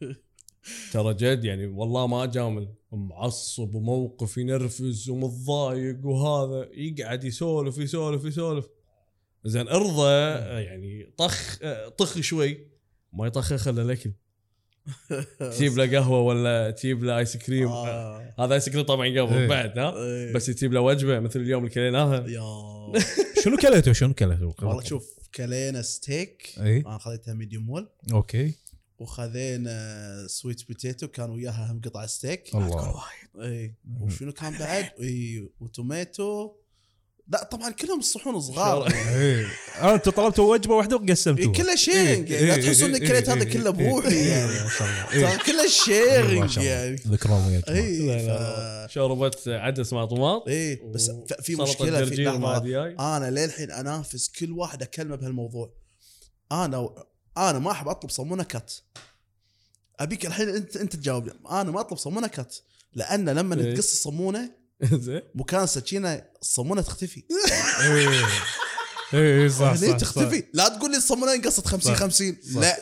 ترى جد يعني والله ما جامل، معصب وموقف ينرفز ومتضايق وهذا يقعد يسولف يسولف يسولف زين. ارضى يعني طخ طخ شوي ما يطخخ الا الاكل. تجيب له قهوه ولا تجيب له ايس كريم. آه. هذا ايس كريم طبعا قبل إيه. بعد ها إيه. بس تجيب له وجبه مثل اليوم اللي كليناها. يا شنو كليته شنو كليته؟ والله شوف كلينا ستيك اي انا خذيتها ميديوم ويل، اوكي. وخذينا سويت بوتيتو كان وياها هم قطع ستيك. الله. اي وشنو كان بعد؟ اي وتوميتو. لا طبعا كلهم الصحون صغار. ايه انت طلبت وجبه واحده وقسمتوها. كله شيرنج يعني، لا تحسون ان كليت هذا كله بروحي يعني. ما شاء الله. ترى كله شيرنج يعني. ذكرهم يا جماعه. اي ف... شوربه عدس مع طماط. اي بس ف- في سلطة مشكله في جرجير مع لحظة. دياي. انا للحين انافس كل واحده كلمه بهالموضوع. انا انا ما احب اطلب صمونه كت. ابيك الحين انت انت تجاوب لي. انا ما اطلب صمونه كت لان لما إيه. تقص الصمونه زين مكان سكينه الصمونه تختفي. ايه ايه صح ليه صح تختفي؟ لا تقول لي الصمونه انقصت خمسين خمسين. لا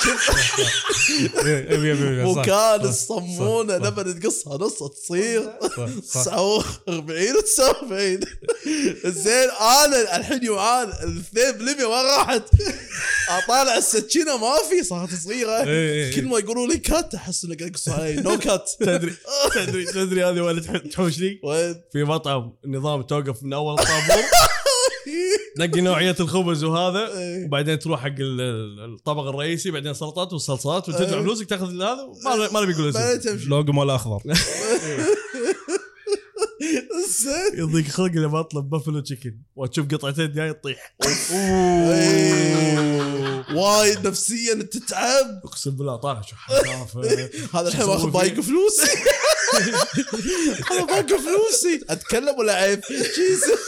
مكان الصمونه لما تقصها نص تصير تسعة وأربعين وتسعة وأربعين. زين انا الحين يوعان الاثنين بالمية وين راحت؟ اطالع السكينه ما في، صارت صغيره. كل ما يقولوا لي كات احس اني قاعد اقص علي نو كات. تدري تدري تدري هذه ولا تحوشني وين؟ في مطعم نظام توقف من اول الطابور نقي نوعيه الخبز وهذا وبعدين تروح حق ال- الطبق الرئيسي بعدين سلطات والصلصات وتدفع فلوسك تاخذ هذا ما ما نبي يقول ما اسم تمشي. لوجو مال اخضر. زين يضيق خلق لما اطلب بافلو تشيكن وتشوف قطعتين جاي تطيح. إيه. وايد نفسيا تتعب. اقسم بالله طالع شو حرافه. هذا الحين واخذ بايق فلوسي. انا بايق فلوسي اتكلم ولا عيب؟ جيسس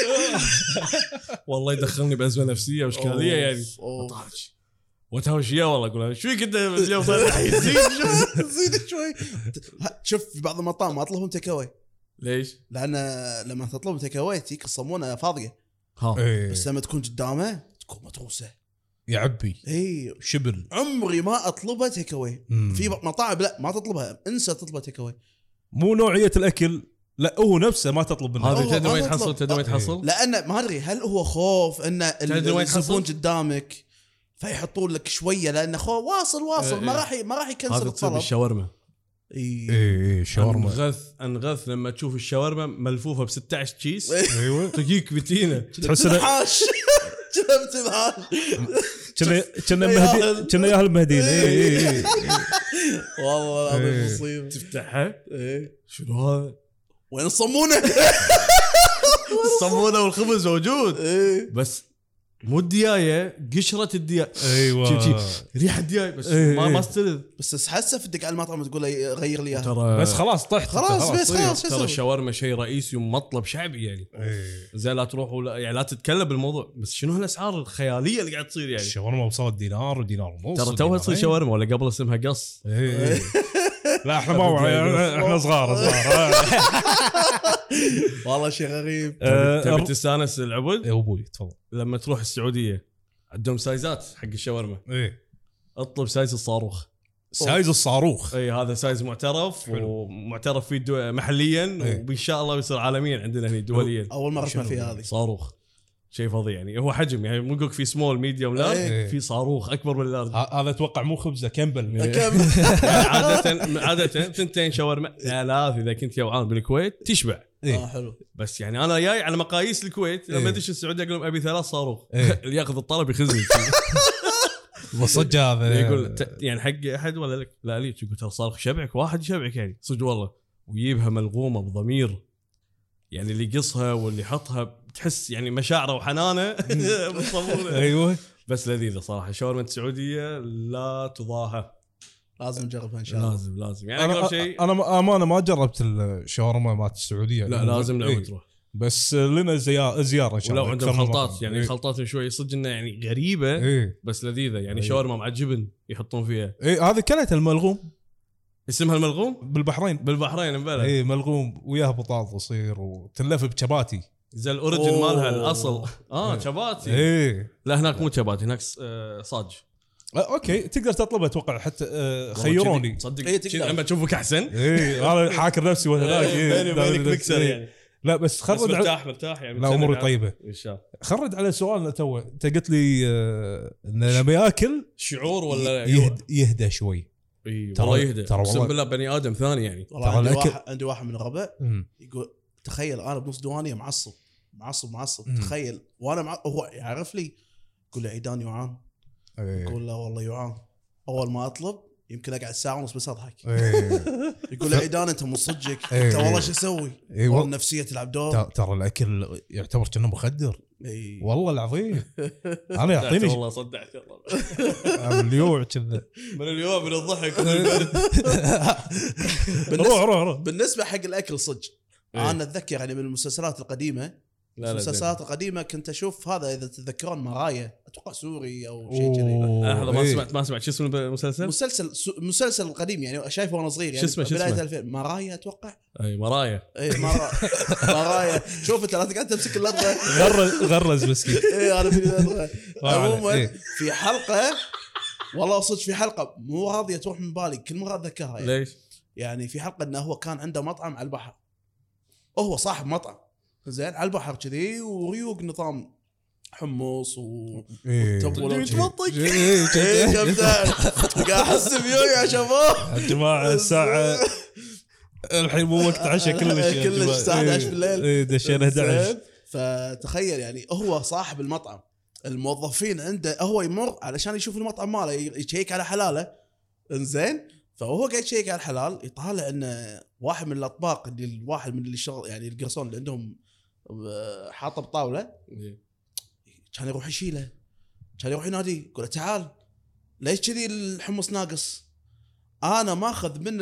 والله يدخلني بازمه نفسيه واشكاليه يعني. أوف. طالش وتهوش اياه والله اقول شو كنت اليوم صار يزيد شو زيد شوي. شوف في بعض المطاعم ما اطلبهم تيك اواي ليش؟ لان لما تطلب تيك اواي تجيك الصمونه فاضيه، ها ايه بس لما تكون قدامه تكون متروسه. يعبي اي شبل. عمري ما اطلبها تيك اواي. مم. في مطاعم لا ما تطلبها، انسى تطلبها تيك اواي. مو نوعيه الاكل، لا هو نفسه ما تطلب منه. هذا والله تدري وين ما تحصل تطلب. تدري وين تحصل؟ لان ما ادري هل هو خوف ان ال- تدري وين الزبون تحصل؟ قدامك فيحطون لك شويه لانه خوف واصل واصل إيه ما إيه. راح ما راح يكنسل هذا تصير الطلب. بالشاورما. اي ايه ايه شاورما. انغث انغث لما تشوف الشاورما ملفوفه ب ستة عشر كيس ايوه تجيك بتينه تحس انه حاش جبت الحاش. كنا كنا يا مهدي أهل. كنا يا اهل مهديين. ايه ايه إيه. والله العظيم إيه. مصيبه. تفتحها إيه. شنو هذا؟ وين الصمونه؟ الصمونه والخبز موجود إيه. بس مو الديايه قشره الديايه ايوه شي- ريحه ديايه بس إيه. ما ما استلذ بس حسه فدك على المطعم تقول له غير لي اياها. ترى بس خلاص طحت. خلاص بس خلاص شو ترى اسوي؟ الشاورما شيء رئيسي ومطلب شعبي يعني إيه. زي لا تروح ولا يعني لا تتكلم بالموضوع بس شنو هالاسعار الخياليه اللي قاعد تصير يعني الشاورما وصلت دينار ودينار ونص. ترى توها تصير ودينارين. شاورما ولا قبل اسمها قص إيه. لا احنا ما وعي- احنا صغار صغار. والله شيء غريب. آه، تبي تستانس العبد يا ابوي تفضل. لما تروح السعوديه عندهم سايزات حق الشاورما. ايه اطلب سايز الصاروخ. سايز الصاروخ. اي هذا سايز معترف ومعترف فيه دو... محليا ايه. وان شاء الله بيصير عالميا عندنا هنا دوليا. اول مره اسمع فيها هذه. صاروخ شيء فظيع يعني. هو حجم يعني مو نقولك في سمول ميديوم لا ايه. في صاروخ اكبر من اللارج. هذا اتوقع مو خبزه كمبل. كم عاده عاده ثنتين شاورما ثلاث اذا كنت جوعان بالكويت تشبع. اه حلو. بس يعني انا جاي على مقاييس الكويت لما إيه. ادش السعوديه اقول لهم ابي ثلاث صاروخ. إيه. اللي ياخذ الطلب يخزن. وصدق هذا يقول ت- يعني حق احد ولا لك؟ لا لي يقول ترى صاروخ شبعك واحد يشبعك يعني صدق والله. ويجيبها ملغومه بضمير يعني اللي يقصها واللي يحطها بتحس يعني مشاعره وحنانه بالصابونه. ايوه بس لذيذه صراحه شاورما السعوديه لا تضاهى. لازم نجربها ان شاء الله. لازم لازم يعني انا اول شيء انا امانه ما جربت الشاورما مالت السعوديه. لا لازم لو إيه. تروح. بس لنا زياره زياره ان شاء ولو الله. عندهم أكثر من خلطات مرة. يعني إيه. خلطات شوي صدق انه يعني غريبه ايه بس لذيذه يعني إيه. شاورما مع جبن يحطون فيها. ايه هذه كلتها الملغوم اسمها الملغوم بالبحرين. بالبحرين مبلغ. ايه ملغوم وياها بطاطا يصير وتلف بشباتي. زي الاوريجن أوه. مالها الاصل اه إيه. شباتي. ايه لا هناك مو شباتي هناك س- آه، صاج. آه، اوكي تقدر تطلبها اتوقع حتى آه، خيروني. تصدق إيه، تقدر. لما تشوفك احسن. ايه انا حاكر نفسي وانا هناك. إيه، بيني وبينك مكسر إيه. يعني. لا بس بس خرج على مرتاح مرتاح يعني. لا متسند اموري يعني. طيبه. ان شاء الله. خرج على سؤالنا تو انت قلت لي آه، ان لما ياكل شعور ولا يهد يهدى شوي. اي ترى- والله يهدى ترى اقسم والله. بالله بني ادم ثاني يعني. والله ترى عندي الأكل- واحد عندي واحد من الربع أمم. يقول تخيل انا بنص ديوانيه معصب معصب معصب مم. تخيل وانا مع... هو يعرف لي يقول لي عيدان يعان. إيه. يقول لا والله يعان. اول ما اطلب يمكن اقعد ساعه ونص بس اضحك. إيه. يقول لي عيدان انت مو صدقك إيه. انت والله شو اسوي؟ إيه، والله وال- نفسيه تلعب دور. ت- ترى الاكل يعتبر كأنه مخدر إيه. والله العظيم. انا صدعت يعطيني والله صدعت والله. اليوع كذا. من اليوم من الضحك. روح روح روح. بالنسبه حق الاكل صدق إيه. انا اتذكر يعني من المسلسلات القديمه لا لا المسلسلات القديمه كنت اشوف هذا اذا تتذكرون مرايا اتوقع سوري او شيء كذي. أوه، لحظه ما إيه. سمعت ما سمعت شو اسم المسلسل؟ مسلسل سو- مسلسل القديم يعني شايفه وانا صغير يعني شو اسمه- شو بدايه اسمه؟ ألفين مرايا اتوقع. اي مرايا. اي مرا مرايا شوف انت لا تقعد تمسك اللدغه. غرز غرز مسكين. اي انا في اللدغه. آه، عموما إيه. في حلقه والله صدق في حلقه مو راضيه تروح من بالي كل مره اتذكرها يعني. ليش؟ يعني في حلقه انه هو كان عنده مطعم على البحر هو صاحب مطعم زين على البحر كذي وريوق نظام حمص و إيه. تبولة. تمطق. إيه، ايه كذا. كابتن قاعد احس بيوي يا شباب. يا جماعه الساعه الحين مو وقت عشاء كلش يا كلش جماعة. الساعة إيه. إحدى عشر بالليل. ايه دشينا احد عشر. زين؟ فتخيل يعني هو صاحب المطعم الموظفين عنده هو يمر علشان يشوف المطعم ماله يشيك على حلاله انزين فهو قاعد يشيك على الحلال يطالع انه واحد من الاطباق اللي الواحد من اللي شغل يعني القرصون اللي عندهم آه، حاطه بطاوله كان يروح يشيله كان يروح ينادي يقول له تعال ليش كذي الحمص ناقص انا ماخذ من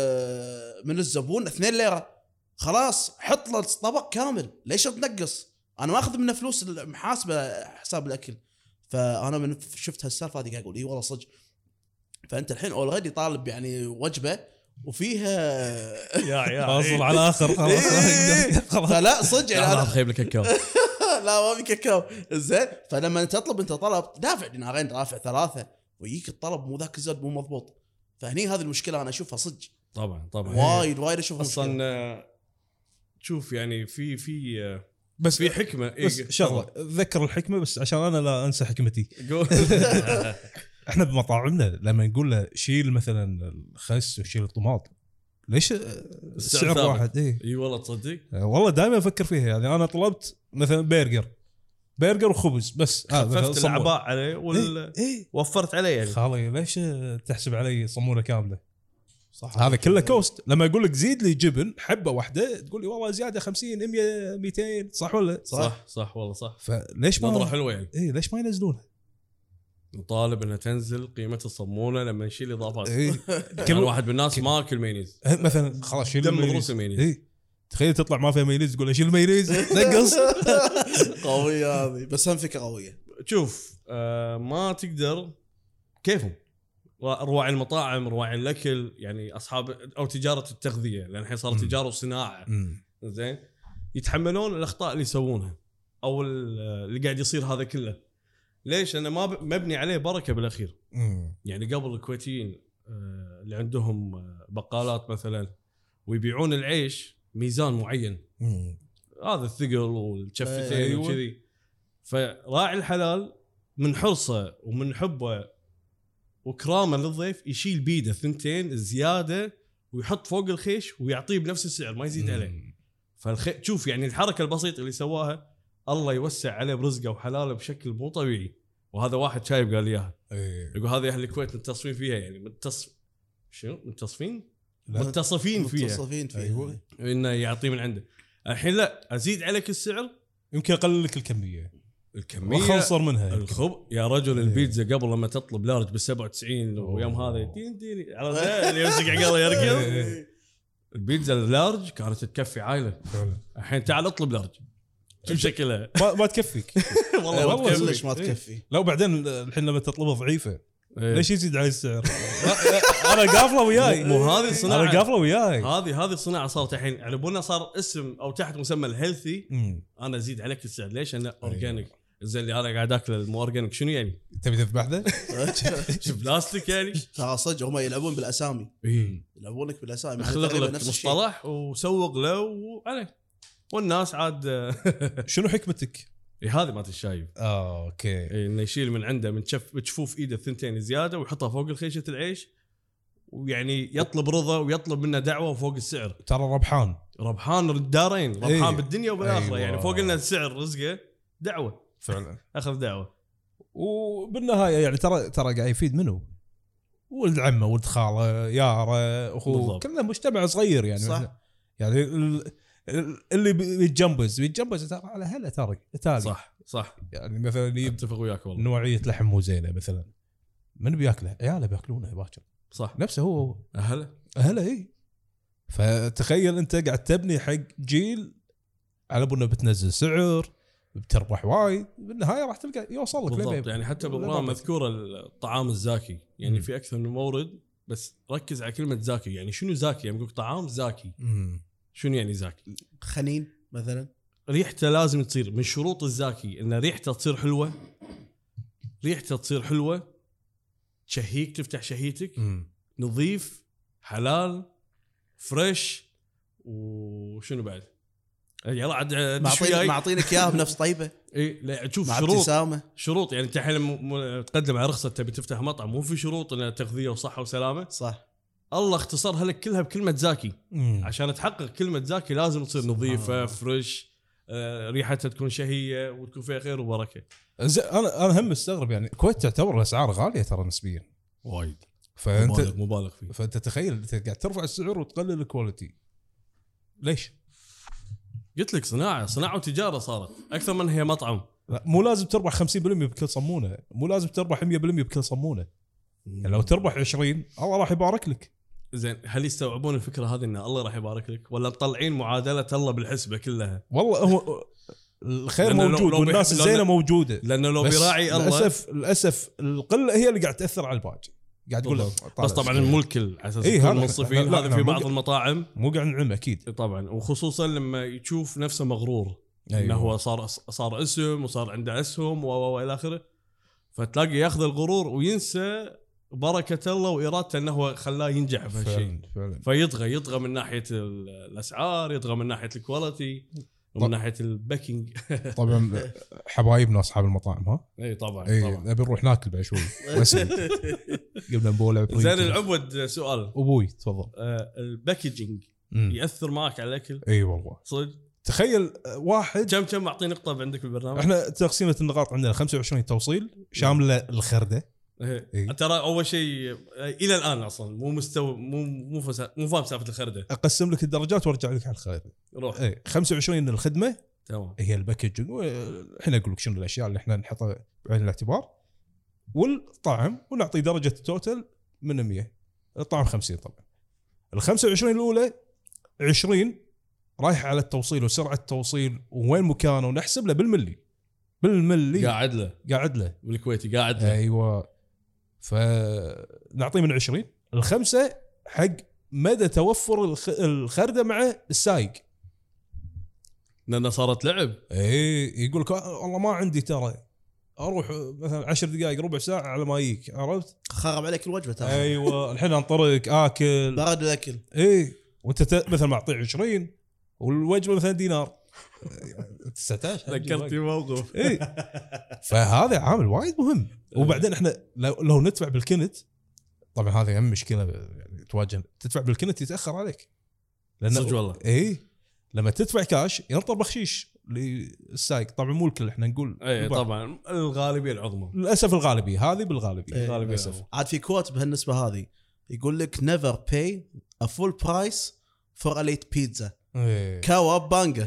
من الزبون اثنين ليره خلاص حط له الطبق كامل ليش تنقص انا ماخذ منه فلوس المحاسبه حساب الاكل فانا من شفت هالسالفه هذه قاعد اقول اي والله صدق فانت الحين اولريدي طالب يعني وجبه وفيها يا يا واصل على اخر خلاص. إيه. خلاص. فلا صدق يعني لا أنا- خيب لك كاكاو. لا ما في كاكاو زين فلما تطلب انت طلب دافع دينارين رافع ثلاثه ويجيك الطلب مو ذاك الزود مو مضبوط فهني هذه المشكله انا اشوفها صدق طبعا طبعا وايد وايد اشوفها اصلا مشكلة. آه، شوف يعني في في آه، بس في حكمه إيه، بس شغله تذكر الحكمه بس عشان انا لا انسى حكمتي. قول. احنا بمطاعمنا لما نقول له شيل مثلا الخس وشيل الطماط ليش السعر ثابت. واحد؟ ايه اي والله تصدق والله دائما افكر فيها يعني انا طلبت مثلا برجر برجر وخبز بس آه مثلاً خففت صمون. الاعباء عليه وال ايه, إيه. وفرت عليه يعني خالي ليش تحسب علي صمونه كامله؟ صح هذا كله كوست. لما اقول لك زيد لي جبن حبه واحده تقول لي والله زياده خمسين مية مئتين صح ولا؟ صح صح والله صح فليش نظره ما حلوه يعني ايه ليش ما ينزلونها؟ نطالب انها تنزل قيمه الصمونه لما نشيل اضافات. ايه كل واحد من الناس ما اكل مايونيز مثلا خلاص شيل دم المايونيز. مضروس المايونيز. ايه تخيل تطلع ما فيها مايونيز تقول اشيل المايونيز نقص. قويه هذه بس هم فكره قويه شوف آه ما تقدر كيفهم رواعي المطاعم رواعي الاكل يعني اصحاب او تجاره التغذيه لان الحين صارت مم. تجاره وصناعه أمم. زين يتحملون الاخطاء اللي يسوونها او ال- اللي قاعد يصير هذا كله ليش؟ انا ما ب... مبني عليه بركه بالاخير. مم. يعني قبل الكويتيين آه، اللي عندهم آه، بقالات مثلا ويبيعون العيش ميزان معين، مم. هذا الثقل والشفتين أيوة. وكذي. فراعي الحلال من حرصه ومن حبه وكرامه للضيف يشيل بيده ثنتين زياده ويحط فوق الخيش ويعطيه بنفس السعر ما يزيد عليه. فالخ شوف يعني الحركه البسيطه اللي سواها الله يوسع عليه برزقه وحلاله بشكل مو طبيعي. وهذا واحد شايب قال لي اياها، ايه يقول هذه اهل الكويت متصفين فيها، يعني متصف شنو متصفين لا. متصفين فيها متصفين فيها أيوة. انه يعطيه من عنده. الحين لا ازيد عليك السعر، يمكن اقلل لك الكميه الكميه وخلصر منها. الخب يا رجل البيتزا قبل لما تطلب لارج ب سبعة وتسعين ويوم هذا دين دين على اللي يمسك عقاله يركض. البيتزا اللارج كانت تكفي عائله، فعلا الحين تعال اطلب لارج شوف شكلها ما, ما تكفيك. والله ما والله تكفي. ليش ما تكفي؟ لو بعدين الحين لما تطلبها ضعيفه إيه. ليش يزيد علي السعر؟ انا قافله وياي، مو هذه صناعه، انا قافله وياي. هذه هذه الصناعه صارت الحين على بالنا صار اسم او تحت مسمى الهيلثي. مم. انا ازيد عليك السعر ليش؟ انا اورجانيك. زين اللي انا قاعد اكل المو اورجانيك شنو يعني؟ تبي تذبح ذا؟ شوف بلاستيك يعني. ترى صدق هم يلعبون بالاسامي، ايه يلعبونك بالاسامي، خلق تقريباً لك نفس الشيء. مصطلح وسوق له وعليه والناس عاد. شنو حكمتك؟ إيه هذه مالت الشايب. اه اوكي. إيه انه يشيل من عنده من شف بجفوف ايده الثنتين زياده ويحطها فوق الخيشه العيش، ويعني يطلب رضا ويطلب منه دعوه فوق السعر. ترى ربحان ربحان الدارين، ربحان إيه. بالدنيا وبالاخره. أيوة. يعني فوق لنا السعر رزقه دعوه، فعلا. اخذ دعوه. وبالنهايه يعني ترى ترى قاعد يفيد منه ولد عمه ولد خاله ياره اخوه، بالضبط. كلنا مجتمع صغير يعني. صح. يعني ال- ال- اللي بيتجنبز بيتجنبز ترى على هلا ترى تالي. صح صح يعني مثلا يجيب اتفق وياك والله. نوعيه لحم مو زينه مثلا، من بياكله؟ عياله بياكلونه باكر صح نفسه هو اهلا اهله. اي فتخيل انت قاعد تبني حق جيل على بنا بتنزل سعر بتربح وايد، بالنهايه راح تلقى يوصل لك بالضبط. يعني حتى بالبرنامج مذكوره الطعام الزاكي، يعني مم. في اكثر من مورد، بس ركز على كلمه زاكي. يعني شنو زاكي؟ يعني يقول طعام زاكي. مم. شنو يعني زاكي؟ خنين مثلا، ريحته لازم تصير من شروط الزاكي ان ريحته تصير حلوه، ريحته تصير حلوه تشهيك تفتح شهيتك، مم. نظيف حلال فريش. وشنو بعد؟ يلا عاد دش معطينك وياي. معطينك اياها بنفس طيبه اي لا تشوف مع شروط ابتسامه. شروط يعني انت الحين م- م- تقدم على رخصه تبي تفتح مطعم، مو في شروط انها تغذيه وصحه وسلامه. صح. الله اختصرها لك كلها بكلمه زاكي. مم. عشان تحقق كلمه زاكي لازم تصير نظيفه فريش، آه، ريحتها تكون شهيه وتكون فيها خير وبركه. زي انا انا هم مستغرب يعني الكويت تعتبر الاسعار غاليه ترى نسبيا وايد فانت مبالغ مبالغ فيه. فانت تخيل انت قاعد ترفع السعر وتقلل الكواليتي ليش؟ قلت لك صناعه صناعه وتجاره صارت اكثر من هي مطعم. لا مو لازم تربح خمسين بالمئة بكل صمونه، مو لازم تربح مية بالمئة بكل صمونه. يعني لو تربح عشرين الله راح يبارك لك. زين هل يستوعبون الفكره هذه ان الله راح يبارك لك، ولا مطلعين معادله الله بالحسبه كلها؟ والله هو الخير لأنه لو- موجود لو والناس بيح- الزينه لو- موجوده، لانه لو بس بيراعي الله للاسف للاسف القله هي اللي قاعد تاثر على الباقي، قاعد تقول له بس طبعا الملكل على اساس إيه يكون هذا- منصفين. لا، هذا لا، في مو بعض ق- المطاعم مو قاعد نعم اكيد طبعا، وخصوصا لما يشوف نفسه مغرور. أيوة. انه هو صار صار اسم وصار عنده اسهم و- و- والى اخره، فتلاقي ياخذ الغرور وينسى بركه الله وارادته انه هو خلاه ينجح في هالشيء. فعلا فعلا. فيطغى يطغى من ناحيه ال- الاسعار، يطغى من ناحيه الكواليتي، ومن طب- ناحيه الباكينج. طبعا حبايبنا اصحاب المطاعم ها اي طبعا اي طبعا. نبي نروح ناكل بعد شوي نسوي قبل نبولع زين العبد سؤال، ابوي تفضل. آه الباكجينج مم. ياثر معك على الاكل اي والله صدق؟ تخيل واحد كم كم اعطي نقطه عندك بالبرنامج؟ احنا تقسيمه النقاط عندنا خمسة وعشرين توصيل شامله الخرده. إيه. إيه. ترى اول شيء آه، الى الان اصلا مو مستوى مو مو فسا- مو فاهم سالفه الخرده. اقسم لك الدرجات وارجع لك على الخرده. روح اي خمسة وعشرين الخدمه تمام. هي الباكجينج، الحين اقول لك شنو الاشياء اللي احنا نحطها بعين الاعتبار، والطعم ونعطي درجه التوتل من مية. الطعم خمسين طبعا. ال خمسة وعشرين الاولى عشرين رايح على التوصيل وسرعه التوصيل ووين مكانه ونحسب له بالملي بالملي قاعد له قاعد له. بالكويتي قاعد له. ايوه فنعطيه من عشرين. الخمسه حق مدى توفر الخ... الخرده مع السايق. لانه صارت لعب. اي يقول لك والله ما عندي ترى اروح مثلا عشر دقائق ربع ساعه على ما يجيك، عرفت؟ خرب عليك الوجبه ترى. ايوه الحين انطرك اكل برد الاكل. اي وانت ت- مثلا معطيه عشرين والوجبه مثلا دينار تسعة عشر. ذكرتي موقف. اي فهذا عامل وايد مهم. وبعدين احنا لو, لو ندفع بالكنت، طبعا هذا هم مشكله يعني تواجه، تدفع بالكنت يتاخر عليك لان صدق والله. اي لما تدفع كاش ينطر بخشيش للسايق. طبعا مو الكل، احنا نقول اي طبعا الغالبيه العظمى للاسف الغالبيه هذه بالغالبيه إيه. الغالبيه للاسف. العظمى. عاد في كوت بهالنسبه هذه يقول لك never pay a full price for a late pizza. إيه. كواب بانجا.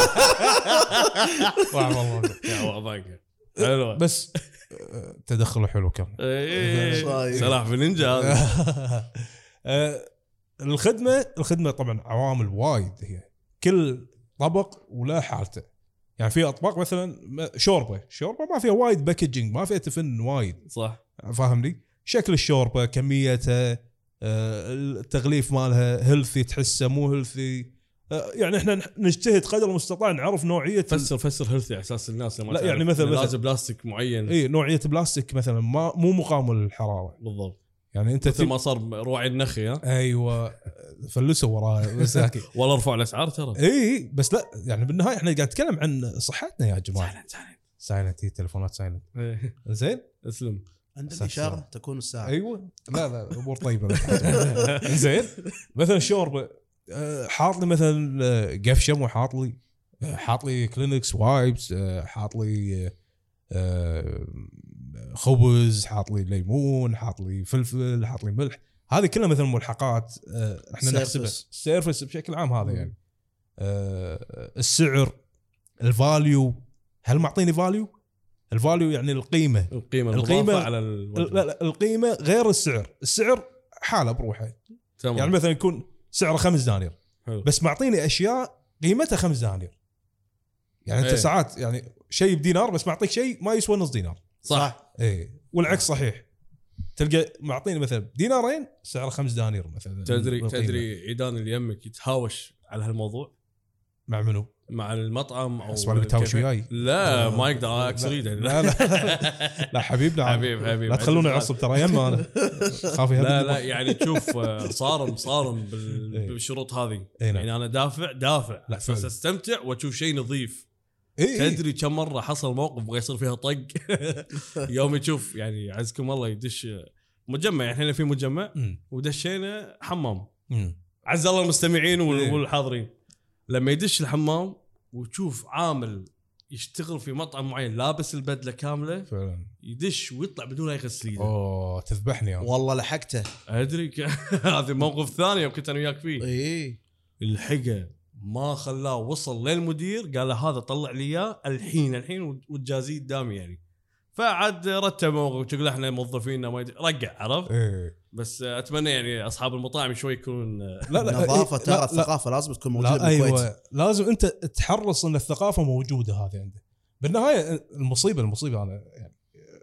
والله يا وضعك حلو. بس آه، تدخله حلو كان. إيه. سلاح في نينجا هذا. آه، الخدمه الخدمه طبعا عوامل وايد، هي كل طبق ولا حالته. يعني في اطباق مثلا شوربه شوربه ما فيها وايد باكجينج، ما فيها تفن وايد، صح فاهمني؟ شكل الشوربه، كميتها، آه، التغليف مالها هيلثي تحسه مو هيلثي. يعني احنا نجتهد قدر المستطاع نعرف نوعيه فسر فسر هيلثي على اساس الناس ما لا تعرف. يعني مثلا- لازم بلاستيك معين. اي نوعيه بلاستيك مثلا ما مو مقاوم للحراره. بالضبط. يعني انت مثل ما صار رواعي النخي ها. ايوه فلسوا وراه مساكين. والله رفعوا الاسعار ترى. اي بس لا يعني بالنهايه احنا قاعد نتكلم عن صحتنا يا جماعه. سايلنت سايلنت. سايلنت، هي تليفونات سايلنت. زين اسلم. عند أساس الاشاره الساعة. تكون الساعه. ايوه لا لا امور طيبه. زين مثلا شوربه، آه، حاط لي مثلا آه، قفشه مو حاط لي، آه، حاط لي كلينكس وايبس، آه، حاط لي آه، خبز، حاط لي ليمون، حاط لي فلفل، حاط لي ملح. هذه كلها مثلا ملحقات آه، احنا سيرفس. نحسبها السيرفس بشكل عام. هذا يعني آه، السعر، الفاليو، هل معطيني فاليو؟ الفاليو يعني القيمه. القيمه القيمة- المضافه على لا الوجبه. لا القيمه غير السعر. السعر حاله بروحه. تمام. يعني مثلا يكون سعره خمس دنانير حلو. بس معطيني اشياء قيمتها خمس دنانير. يعني انت ايه. ساعات يعني شيء بدينار بس معطيك شيء ما يسوى نص دينار. صح. ايه والعكس صحيح. تلقى معطيني مثلا دينارين سعره خمس دنانير مثلا. تدري بالقيمة. تدري عيدان اللي يمك يتهاوش على هالموضوع مع منو؟ مع المطعم او اسمع اللي بتهاوش الكافيه. وياي. لا آه. ما يقدر اكسر ايده. لا لا لا حبيبنا حبيب حبيب لا تخلوني اعصب ترى يما انا خاف لا يهدد. لا يعني تشوف آه، صارم صارم بال- إيه. بالشروط هذه. إيه نعم. يعني انا دافع دافع لا، بس فعلا. استمتع واشوف شيء نظيف. إيه إيه. تدري كم مره حصل موقف بغى يصير فيها طق. يوم يشوف يعني عزكم الله يدش مجمع، يعني احنا في مجمع مم. ودشينا حمام. مم. عز الله المستمعين وال- إيه. والحاضرين. لما يدش الحمام وتشوف عامل يشتغل في مطعم معين لابس البدله كامله، فعلا. يدش ويطلع بدون لا يغسل ايده. اوه تذبحني أنا. والله لحقته. ادري ك- هذا موقف ثاني وكنت انا وياك فيه. اي الحقه ما خلاه، وصل للمدير قال له هذا طلع لي اياه الحين الحين وتجازيه قدامي يعني. فعد رتب موقف تقول احنا موظفيننا ما يد... رجع عرفت. ايه بس اتمنى يعني اصحاب المطاعم شوي يكون لا لا النظافه إيه، ترى لا، لا. الثقافه لازم تكون موجوده لا بالكويت. ايوه لازم انت تحرص ان الثقافه موجوده هذه عنده. بالنهايه المصيبه المصيبه انا يعني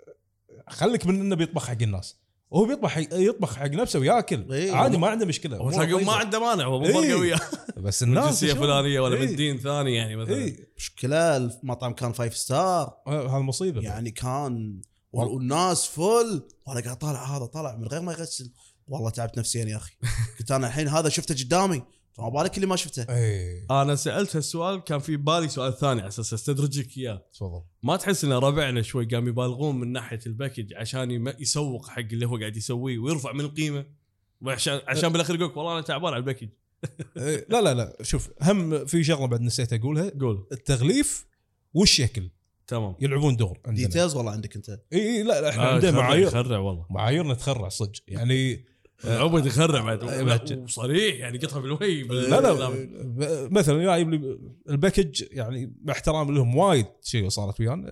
خليك من انه بيطبخ حق الناس، وهو بيطبخ يطبخ حق نفسه وياكل إيه. عادي ما عنده مشكله. هو أموره تلاقيه ما طيبة. عنده مانع، هو مو إيه. فرقه وياه بس من الناس جنسيه شلون؟ فلانيه ولا من إيه. دين ثاني يعني مثلا. إيه. مشكله المطعم كان فايف ستار آه، هذا مصيبه يعني كان والناس فل، وانا قاعد طالع هذا طالع من غير ما يغسل. والله تعبت نفسيا يا اخي. قلت انا الحين هذا شفته قدامي فما بالك اللي ما شفته. ايه انا سالت هالسؤال كان في بالي سؤال ثاني على اساس استدرجك اياه. تفضل. ما تحس ان ربعنا شوي قام يبالغون من ناحيه الباكج عشان يم- يسوق حق اللي هو قاعد يسويه ويرفع من القيمه، وعشان عشان بالاخير يقول والله انا تعبان على الباكج. إيه. لا لا لا شوف هم في شغله بعد نسيت اقولها. قول. التغليف والشكل تمام. يلعبون دور عندنا. ديتيلز والله عندك انت. اي إيه لا لا احنا آه، عندنا يخرع- معايير يخرع والله. معاييرنا تخرع صدق يعني. العبد يخرع بعد إيه، بعد. وصريح يعني قطها بالوي بال- لا لا بالكلام. ب- مثلا جايب لي الباكج يعني مع احترام لهم وايد شيء صارت ويانا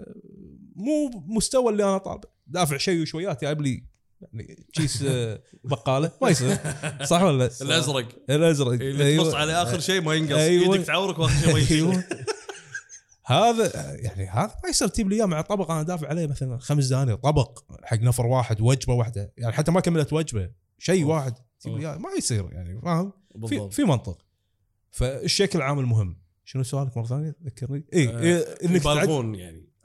مو مستوى اللي انا طالبه. دافع شيء وشويات جايب لي يعني كيس آه، بقاله ما يصير صح ولا لا؟ الازرق الازرق اللي تبص على اخر شيء ما ينقص. أيوة. ايدك تعورك واخر شيء ما يشيل. أيوة. هذا يعني هذا ما يصير تجيب لي اياه مع طبق انا دافع عليه مثلا خمس دنانير طبق حق نفر واحد وجبه واحده يعني حتى ما كملت وجبه شيء أوف. واحد تجيب لي اياه ما يصير يعني فاهم في بالضبط. في منطق. فالشكل عامل مهم. شنو سؤالك مره ثانيه ذكرني؟ اي آه، إيه انك تعد... يبالغون يعني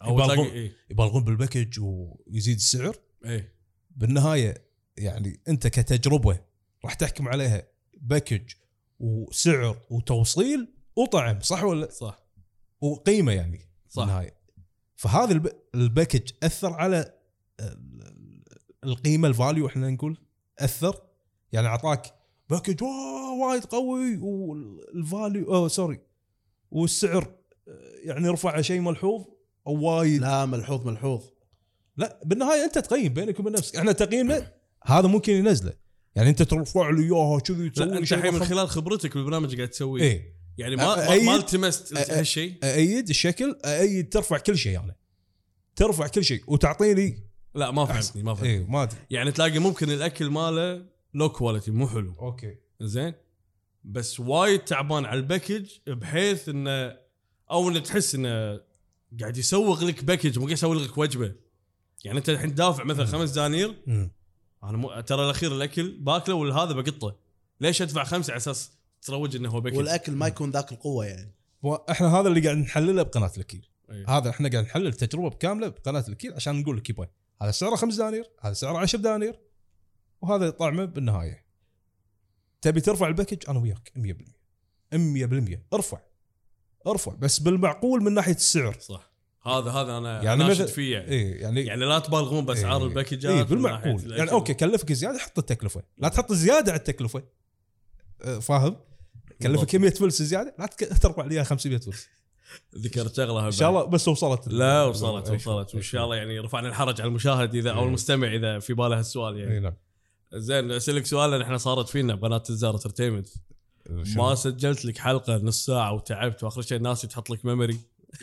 او يبالغون إيه؟ يبالغون بالباكج ويزيد السعر. ايه بالنهايه يعني انت كتجربه راح تحكم عليها باكج وسعر وتوصيل وطعم، صح ولا صح، وقيمه يعني صح. بالنهايه. فهذا الب... الباكج اثر على القيمه الفاليو، احنا نقول اثر يعني اعطاك باكج وايد قوي والفاليو اوه سوري والسعر يعني رفع شيء ملحوظ او وايد. لا ملحوظ ملحوظ. لا بالنهايه انت تقيم بينك وبين نفسك، احنا تقييمنا هذا ممكن ينزله، يعني انت ترفع له اياها كذي تسوي انت شيء الحين من خم... خلال خبرتك بالبرنامج قاعد تسويه ايه يعني ما ما, أأيد ما التمست هالشيء. ايد الشكل ايد ترفع كل شيء يعني ترفع كل شيء وتعطيني. لا ما فهمتني ما فهمتني ايه ما ادري يعني تلاقي ممكن الاكل ماله لو كواليتي مو حلو اوكي زين، بس وايد تعبان على الباكج بحيث انه او انه تحس انه قاعد يسوق لك باكج مو قاعد يسوق لك وجبه. يعني انت الحين دافع مثلا خمس دنانير، مم. انا مو ترى الاخير الاكل باكله ولا هذا بقطه، ليش ادفع خمسه على اساس تروج انه هو باكج؟ والاكل ما يكون ذاك القوه يعني. احنا هذا اللي قاعد نحلله بقناه الاكيل. أيه. هذا احنا قاعد نحلل التجربه كامله بقناه الاكيل عشان نقول لك يبا هذا سعره خمس دنانير، هذا سعره عشر دنانير، وهذا طعمه بالنهايه. تبي ترفع الباكج انا وياك مية بالمية مية بالمية ارفع ارفع بس بالمعقول من ناحيه السعر. صح، هذا هذا انا يعني ناشد مثل فيه يعني. إيه يعني يعني لا تبالغون باسعار إيه الباكجات إيه من بالمعقول ناحية يعني. الأكل. اوكي كلفك زياده حط التكلفه، لا تحط زياده على التكلفه. أه، فاهم؟ كلفك مية فلس زياده لا تك- ترفع لي خمسمية فلس ذكرت شغله ان شاء الله بس وصلت. لا وصلت إيه، وصلت وان شاء الله يعني رفعنا الحرج على المشاهد اذا او إيه. المستمع اذا في باله هالسؤال يعني. اي نعم. زين اسالك سؤال، لان احنا صارت فينا بنات الزار انترتينمنت ما سجلت لك حلقه نص ساعه وتعبت واخر شيء الناس تحط لك ميموري.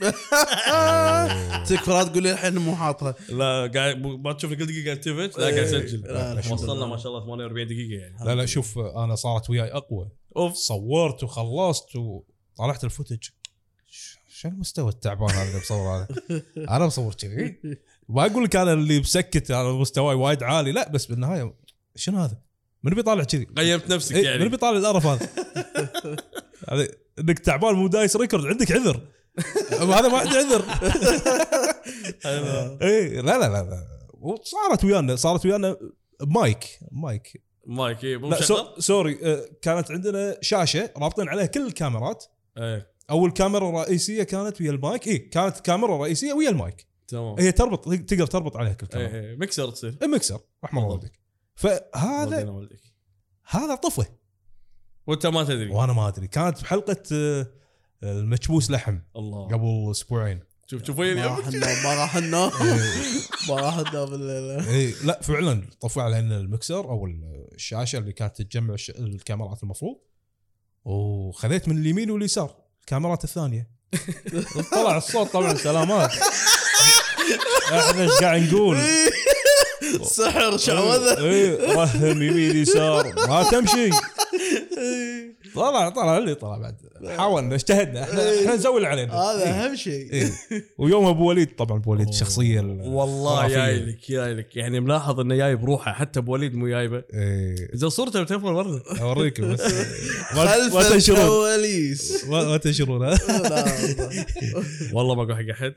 تكفى تقول لي الحين مو حاطها. لا قاعد ما تشوف كل دقيقه التفت، لا قاعد اسجل. لا، الحمد وصلنا لله. ما شاء الله ثمانية وأربعين دقيقه يعني. لا لا شوف انا صارت وياي اقوى. اوف صورت وخلصت وطلعت الفوتج. شو المستوى التعبان هذا اللي بصور هذا؟ انا بصور كذي ما اقول لك انا اللي مسكت انا مستواي وايد عالي، لا بس بالنهايه شنو هذا؟ من بيطالع كذي؟ قيمت نفسك إيه يعني. من بيطالع القرف هذا؟ هذا انك تعبان مو دايس ريكورد عندك عذر. هذا ما عنده عذر. ايه لا لا لا لا وصارت ويانا صارت ويانا مايك مايك مايك ايه مو لا سو مشغل. سوري آه، كانت عندنا شاشه رابطين عليها كل الكاميرات. ايه اول كاميرا رئيسيه كانت ويا المايك، ايه كانت كاميرا رئيسيه ويا المايك، تمام. هي تربط تقدر تربط عليها كل ايه كاميرا. ايه مكسر تصير. مكسر رحمه الله والديك. فهذا والدينا والديك. هذا طفه وانت ما تدري. وانا ما ادري. كانت بحلقه آه، المكبوس لحم الله قبل اسبوعين. شوف شوف وين ما راح اليوم. لنا ما راح لنا ما راح لنا بالليله. اي لا فعلا طفوا علينا المكسر او الشاشه اللي كانت تجمع الش- الكاميرات المفروض، وخذيت من اليمين واليسار الكاميرات الثانيه. طلع الصوت طبعا سلامات. احنا ايش قاعد نقول؟ سحر شعوذه. اي رهم يمين يسار ما تمشي. طلع طلع اللي طلع بعد حاولنا اجتهدنا احنا احنا نسوي اللي علينا. هذا إيه. اهم شيء. إيه. ويوم ابو وليد طبعا ابو وليد شخصيه والله خرافية. جايلك جايلك يعني ملاحظ انه جايب روحه حتى ابو وليد مو جايبه. ايه اذا صورته بتليفون ورنا. اوريكم بس ما خلف ما تنشرون الكواليس. ما ما تنشرون. ها؟ والله ما اقول حق احد.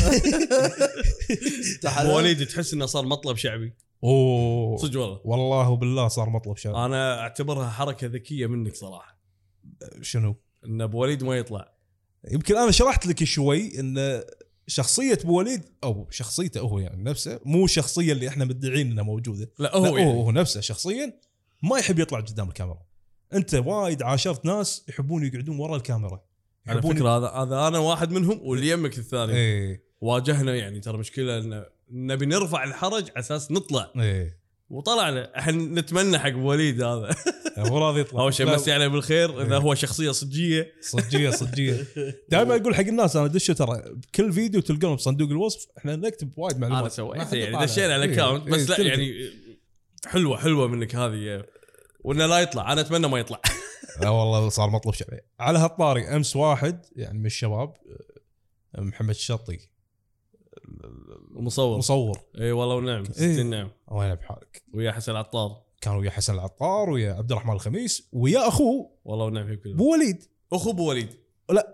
ابو وليد تحس انه صار مطلب شعبي اوه صدق والله. والله وبالله صار مطلب شاب. انا اعتبرها حركه ذكيه منك صراحه شنو؟ ان ابو وليد ما يطلع. يمكن انا شرحت لك شوي ان شخصيه ابو وليد او شخصيته هو يعني نفسه مو الشخصيه اللي احنا مدعين انها موجوده. لا هو لا يعني. هو, هو نفسه شخصيا ما يحب يطلع قدام الكاميرا. انت وايد عاشرت ناس يحبون يقعدون ورا الكاميرا. على يحبون فكره هذا هذا انا واحد منهم واللي يمك الثاني. ايه واجهنا يعني ترى مشكله ان نبي نرفع الحرج على اساس نطلع ايه وطلعنا. احنا نتمنى حق ابو وليد هذا. مو راضي يطلع. اول شيء لا، مسي عليه بالخير اذا إيه. هو شخصيه صجيه. صجيه صجيه. دائما اقول حق الناس انا دشوا ترى بكل فيديو تلقون بصندوق الوصف احنا نكتب وايد معلومات. انا سويت ما حد يعني يطالع. دشينا على إيه، الاكونت بس إيه، لا تلقى. يعني حلوه حلوه منك هذه وانه لا يطلع. انا اتمنى ما يطلع. لا والله صار مطلب شعبي. على هالطاري امس واحد يعني من الشباب محمد الشطي المصور مصور اي والله ونعم ستين نعم. الله يلعب حالك. ويا حسن العطار كان ويا حسن العطار ويا عبد الرحمن الخميس ويا اخوه والله ونعم فيك كلهم. ابو وليد. اخو ابو وليد.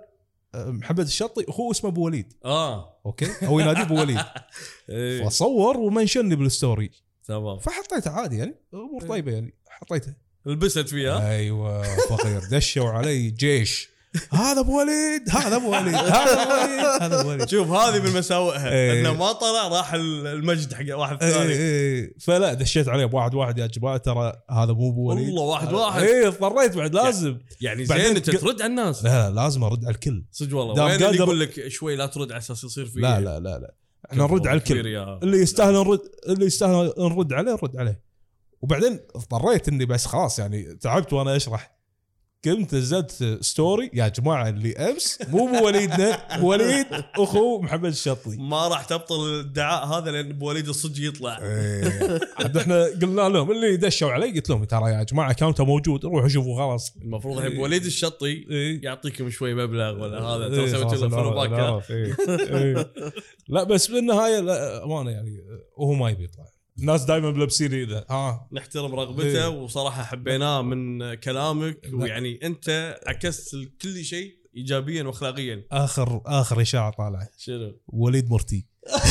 محمد الشطي اخوه اسمه ابو وليد اه اوكي هو ينادي ابو وليد إيه. فصور ومنشني بالستوري تمام فحطيته عادي يعني امور طيبه يعني حطيته لبست فيها ايوه فقير دشوا علي جيش هذا ابو وليد هذا ابو وليد هذا ابو وليد هذا ابو وليد شوف هذه من مساوئها إيه. انه ما طلع راح المجد حق واحد إيه ثاني إيه فلا دشيت عليه بواحد واحد يا جماعه ترى هذا مو ابو وليد والله واحد واحد اي اضطريت بعد لازم يعني بعدين زين انت ق- ترد على الناس لا لا لازم ارد على الكل صدق والله دام وين اللي قادر- يقول لك شوي لا ترد على اساس يصير فيه لا لا لا لا احنا نرد على كبير الكل يا- اللي يستاهل نرد اللي يستاهل نرد عليه نرد عليه وبعدين اضطريت اني بس خلاص يعني تعبت وانا اشرح كنت نزلت ستوري يا جماعه اللي امس مو ابو وليدنا ابو وليد اخو محمد الشطي ما راح تبطل الادعاء هذا لان ابو وليد الصدق يطلع إيه. عاد احنا قلنا لهم اللي دشوا علي قلت لهم ترى يا جماعه اكونته موجود روحوا شوفوا خلاص المفروض الحين ابو وليد الشطي إيه. يعطيكم شوي مبلغ ولا هذا إيه، ترى سويت خلاص له فولو باك نعرف- نعرف، إيه. إيه. لا بس بالنهايه لا امانه يعني وهو ما يبي يطلع الناس دائما ملبسين اذا ها نحترم رغبته إيه. وصراحه حبيناه من كلامك لا. ويعني انت عكست كل شيء ايجابيا واخلاقيا اخر اخر اشاعه طالعه شنو وليد مرتي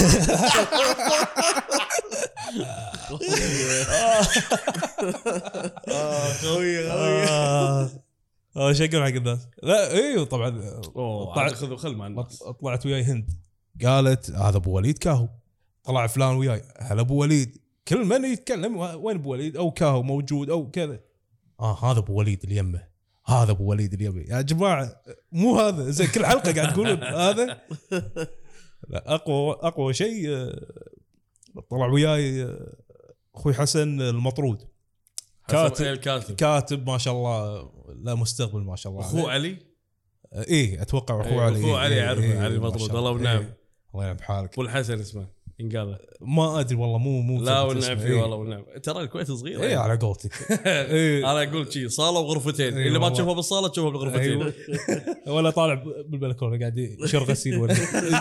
اه قوي اه اه شكرا حق الناس لا ايوه طبعا اوه طلع- عاد خذ وخل مع الناس طلعت وياي هند قالت هذا ابو وليد كاهو طلع فلان وياي هلا ابو وليد كل من يتكلم وين ابو وليد او كاهو موجود او كذا اه هذا ابو وليد اللي يمه هذا ابو وليد اللي يمه يا جماعه مو هذا زي كل حلقه قاعد تقولون هذا لا اقوى اقوى شيء آه، طلع وياي آه، اخوي حسن المطرود كاتب كاتب. الكاتب كاتب ما شاء الله لا مستقبل ما شاء الله اخوه علي آه، ايه اتوقع اخوه إيه، علي أخوه علي إيه، أعرفه، إيه، علي ما المطرود، شاء الله الله. ونعم. إيه، الله ينعم بحالك ابو الحسن اسمه ينقال ما ادري والله مو مو لا مثبت والنعم اسمه. فيه إيه. والله والنعم ترى الكويت صغيره ايه على قولتك إيه. انا اقول شي صاله وغرفتين إيه اللي ما والله. تشوفه بالصاله تشوفه بالغرفتين أيوة. ولا طالع بالبلكونه قاعد يشر غسيل ولا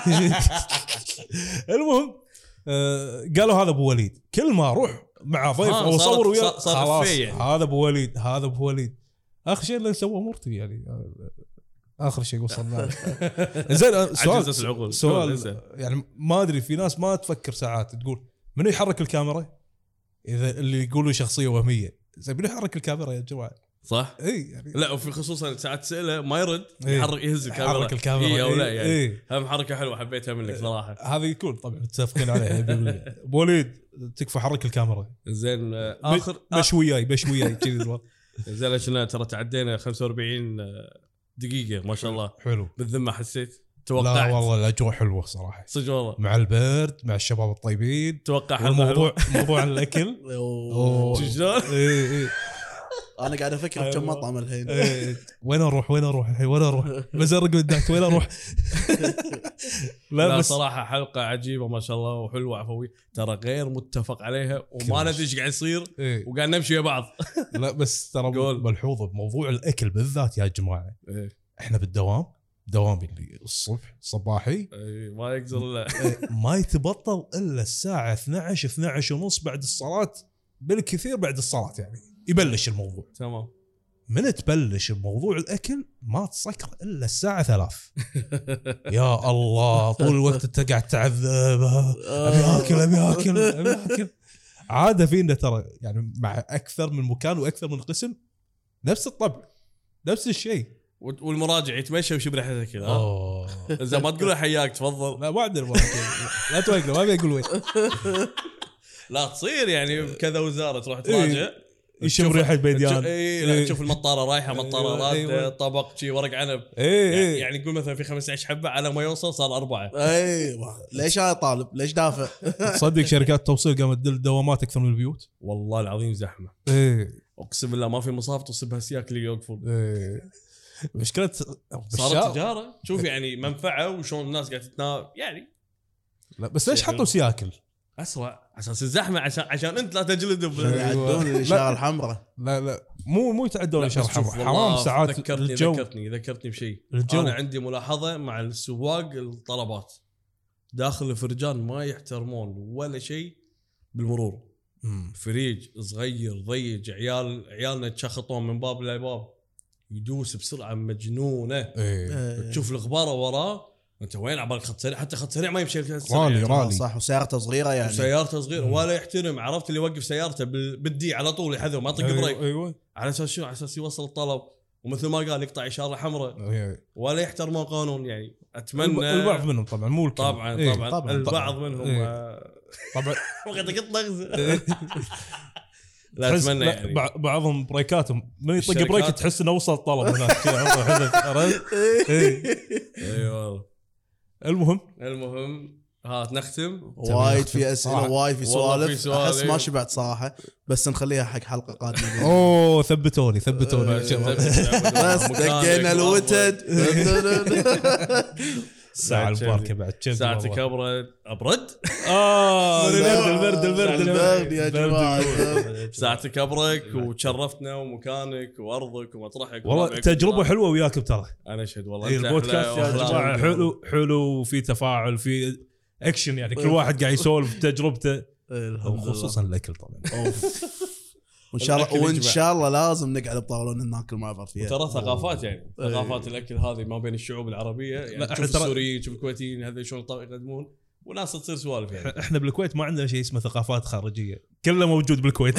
المهم آه، قالوا هذا ابو وليد كل ما اروح مع ضيف آه، او صارت- اصور وياه صار- صار خلاص إفيه يعني. هذا ابو وليد هذا ابو وليد اخر شيء اللي سواه مرتي يعني آه، اخر شيء وصلنا له. زين آه، عجزت سؤال العقول سؤال لسه. يعني ما ادري في ناس ما تفكر ساعات تقول منو يحرك الكاميرا اذا اللي يقولوا شخصيه وهميه زين منو يحرك الكاميرا يا جماعه صح اي يعني لا وفي خصوصا ساعات تساله ما يرد إيه. يحرك يهز الكاميرا يحرك الكاميرا إيه او لا إيه، يعني إيه. هم حركه حلوه حبيتها منك صراحه هذا يكون طبعا متفقين عليه ابو وليد تكفى حرك الكاميرا زين آه، اخر بش وياي بش وياي كذي الوضع. زين عشان ترى تعدينا خمسة وأربعين دقيقه ما شاء الله حلو بالذمه حسيت لا توقعت والله الاجواء حلوه صراحه صدق والله مع البرد مع الشباب الطيبين توقع حلقه والموضوع موضوع الاكل أوه. شلون إيه إيه انا قاعد افكر بكم أيوة. مطعم الحين إيه. وين اروح وين اروح الحين وين اروح بزرق وداك وين اروح لا لا بس صراحه حلقه عجيبه ما شاء الله وحلوه عفويه ترى غير متفق عليها وما كلش. ندري ايش قاعد يصير إيه. وقاعد نمشي ويا بعض لا بس ترى قول. ملحوظه بموضوع الاكل بالذات يا جماعه احنا بالدوام دوامي اللي الصبح صباحي إيه، ما يقدر لا ما يتبطل الا الساعه اثنعش اثنعش ونص بعد الصلاه بالكثير بعد الصلاه يعني يبلش الموضوع تمام من تبلش بموضوع الاكل ما تسكر الا الساعه ثلاث يا الله طول الوقت انت قاعد تعذب ابي اكل ابي اكل ابي اكل عاده فينا ترى يعني مع اكثر من مكان واكثر من قسم نفس الطبع نفس الشيء والمراجع يتمشى ويشب ريحته كذا ها؟ اوه اذا ما تقول له حياك تفضل لا ما عندنا مراجع. لا توقف ما ابي اقول وين لا تصير يعني كذا وزاره تروح تراجع يشم تشوف- ريحه بيديان تشوف- اي لا إيه. تشوف المطاره رايحه مطاره أيوة، راده أيوة. طبق شي ورق عنب ايه يعني, ايه يعني نقول مثلا في خمسة عشر حبه على ما يوصل صار اربعه ايوه ليش انا طالب ليش دافع تصدق شركات التوصيل قامت تدل دوامات اكثر من البيوت والله العظيم زحمه ايه اقسم بالله ما في مصاف تصبها سياك اللي يوقفون ايه مشكله صارت تجاره شوف يعني منفعه وشلون الناس قاعده تتنا يعني لا بس ليش حطوا سياكل؟ اسرع اساس الزحمه عشان عشان انت لا تجلد ب- أيوة. يعدون الاشاره الحمراء لا لا مو مو يتعدون لا، الاشاره بس شوف، حرام والله حرام ساعات ذكرتني الجو ذكرتني ذكرتني بشيء الجو. انا عندي ملاحظه مع السواق الطلبات داخل الفرجان ما يحترمون ولا شيء بالمرور مم. فريج صغير ضيج عيال عيالنا يتشخطون من باب لباب يدوس بسرعه مجنونه، ايه تشوف الغباره وراه انت وين عبالك خط سريع، حتى خط سريع ما يمشي رالي رالي صح، وسيارته صغيره يعني سيارته صغيره ولا يحترم، عرفت اللي يوقف سيارته بالدي على طول يحذر ما يطق بريك. ايوه على اساس شو؟ على اساس يوصل الطلب، ومثل ما قال يقطع اشاره حمراء أيوة. ولا يحترم القانون يعني. اتمنى البعض منهم طبعا مو الكل. طبعا إيه. طبعا, طبعاً. البعض منهم إيه. آه، طبعا وقت قط لغز. إيه. لا تحس- اتمنى لا، يعني بع- بعضهم بريكاتهم من يطق الشركات- بريك تحس انه وصل طلب هناك كذا عرفت؟ عرفت؟ إيه. اي والله. المهم المهم ها نختم. وايد في اسئله صراحة. وايد في والله سوالف في سؤال، احس ما إيه. شبعت صراحه، بس نخليها حق حلقه قادمه. اوه ثبتوني ثبتوني بس بس دقينا الوتد. الساعه المباركه بعد كم ساعتك ابرد ابرد اه البرد البرد البرد البرد يا جماعه. ساعتك ابرك وتشرفتنا ومكانك وارضك ومطرحك والله وربعك تجربه وطرحك. حلوه وياكم ترى. انا اشهد والله إيه، أنت البودكاست أحلى يا وأحلى جماعه من- حلو حلو وفي تفاعل في اكشن يعني كل واحد قاعد يسولف تجربته وخصوصا الاكل طبعا. وان شاء الله والأكل وان يجمع. شاء الله لازم نقعد بطاولون ناكل مع بعض فيها. ترى ثقافات يعني ثقافات الاكل هذه ما بين الشعوب العربيه يعني. لا، تشوف إحنا ترى- السوريين تشوف الكويتيين هذا شلون طبق يقدمون وناس تصير سوالف يعني. احنا بالكويت ما عندنا شيء اسمه ثقافات خارجيه، كله موجود بالكويت.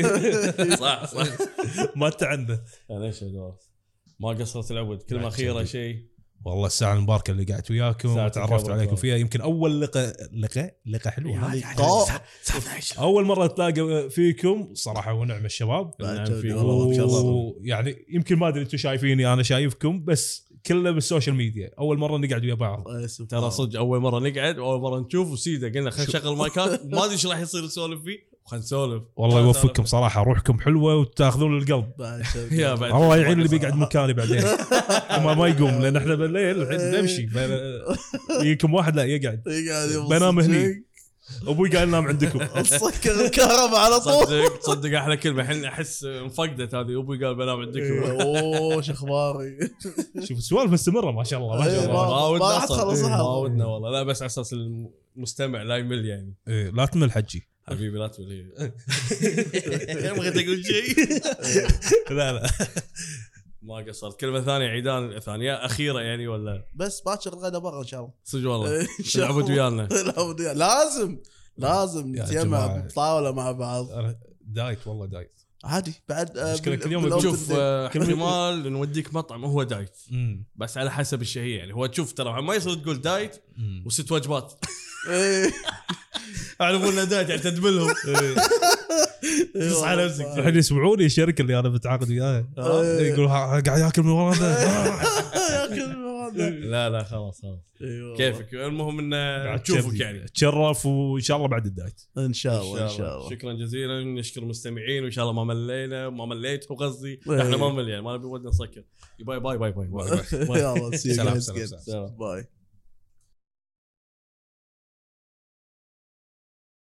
صح صح. ما انت عنده. انا اشهد والله ما قصرت العود. كلمه لا، اخيره شديد. شيء والله الساعه المباركه اللي قعدت وياكم ساعة وتعرفت الكبر عليكم والله. فيها. يمكن اول لقاء لقاء لقاء حلو هذا. لقاء. اول مره اتلاقى فيكم صراحه ونعم الشباب. نعم بعد فيك والله والله ما شاء الله. ويعني يمكن ما ادري انتم شايفيني انا شايفكم بس كله بالسوشيال ميديا. اول مره نقعد ويا بعض. ترى صدق اول مره نقعد واول مره نشوف وسيده قلنا خلينا نشغل مايكات ما ادري ايش راح يصير نسولف فيه وخلينا نسولف. والله يوفقكم صراحه، روحكم حلوه وتاخذون القلب. يا بعد الله يعين اللي بيقعد مكاني بعدين ما ما يقوم لان احنا بالليل الحين نمشي ف- يجيكم واحد لا يقعد بنام هني ابوي قال نام عندكم. سكر الكهرباء على طول. تصدق تصدق احلى كلمه الحين احس انفقدت هذه. ابوي قال بنام عندكم. اوه شو اخباري. شوف السوالف مستمره ما شاء الله ما شاء إيه، الله. ما- ما ودنا راح أصلاً. تخلص إيه، الحلقة. ما ودنا والله. لا بس على اساس المستمع لا يمل يعني. إيه، لا تمل حجي. حبيبي لا تقول هي بغيت اقول شيء. لا لا ما قصرت. كلمه ثانيه عيدان ثانيه اخيره يعني ولا بس باكر الغدا برا ان شاء الله. صدق والله إن شاء العبد الله. ويانا. العبد ويانا. لازم لازم يا نتجمع جماعة. بطاوله مع بعض أنا دايت والله دايت. عادي بعد. آه، مشكلة بال- كل يوم بالأوبن شوف داي. آه، احتمال نوديك مطعم هو دايت امم بس على حسب الشهيه يعني. هو تشوف ترى ما يصير تقول دايت وست وجبات. إيه. اعرفوا انه دايت يعني تدبلهم. تصحى على نفسك. الحين يسمعوني الشركه اللي انا متعاقد وياها يقول قاعد ياكل من ورا ياكل هذا. لا لا خلاص خلاص أيوة. كيفك. المهم انه نشوفك يعني. تشرف وان شاء الله بعد الدايت. ان شاء الله ان شاء الله. شكرا جزيلا. نشكر المستمعين وان شاء الله ما ملينا ما مليتوا قصدي. إيه. احنا ما مل يعني ما نبي ودنا نسكر. باي باي باي باي باي, باي. يلا see you سلام، guys سلام، again. سلام. باي.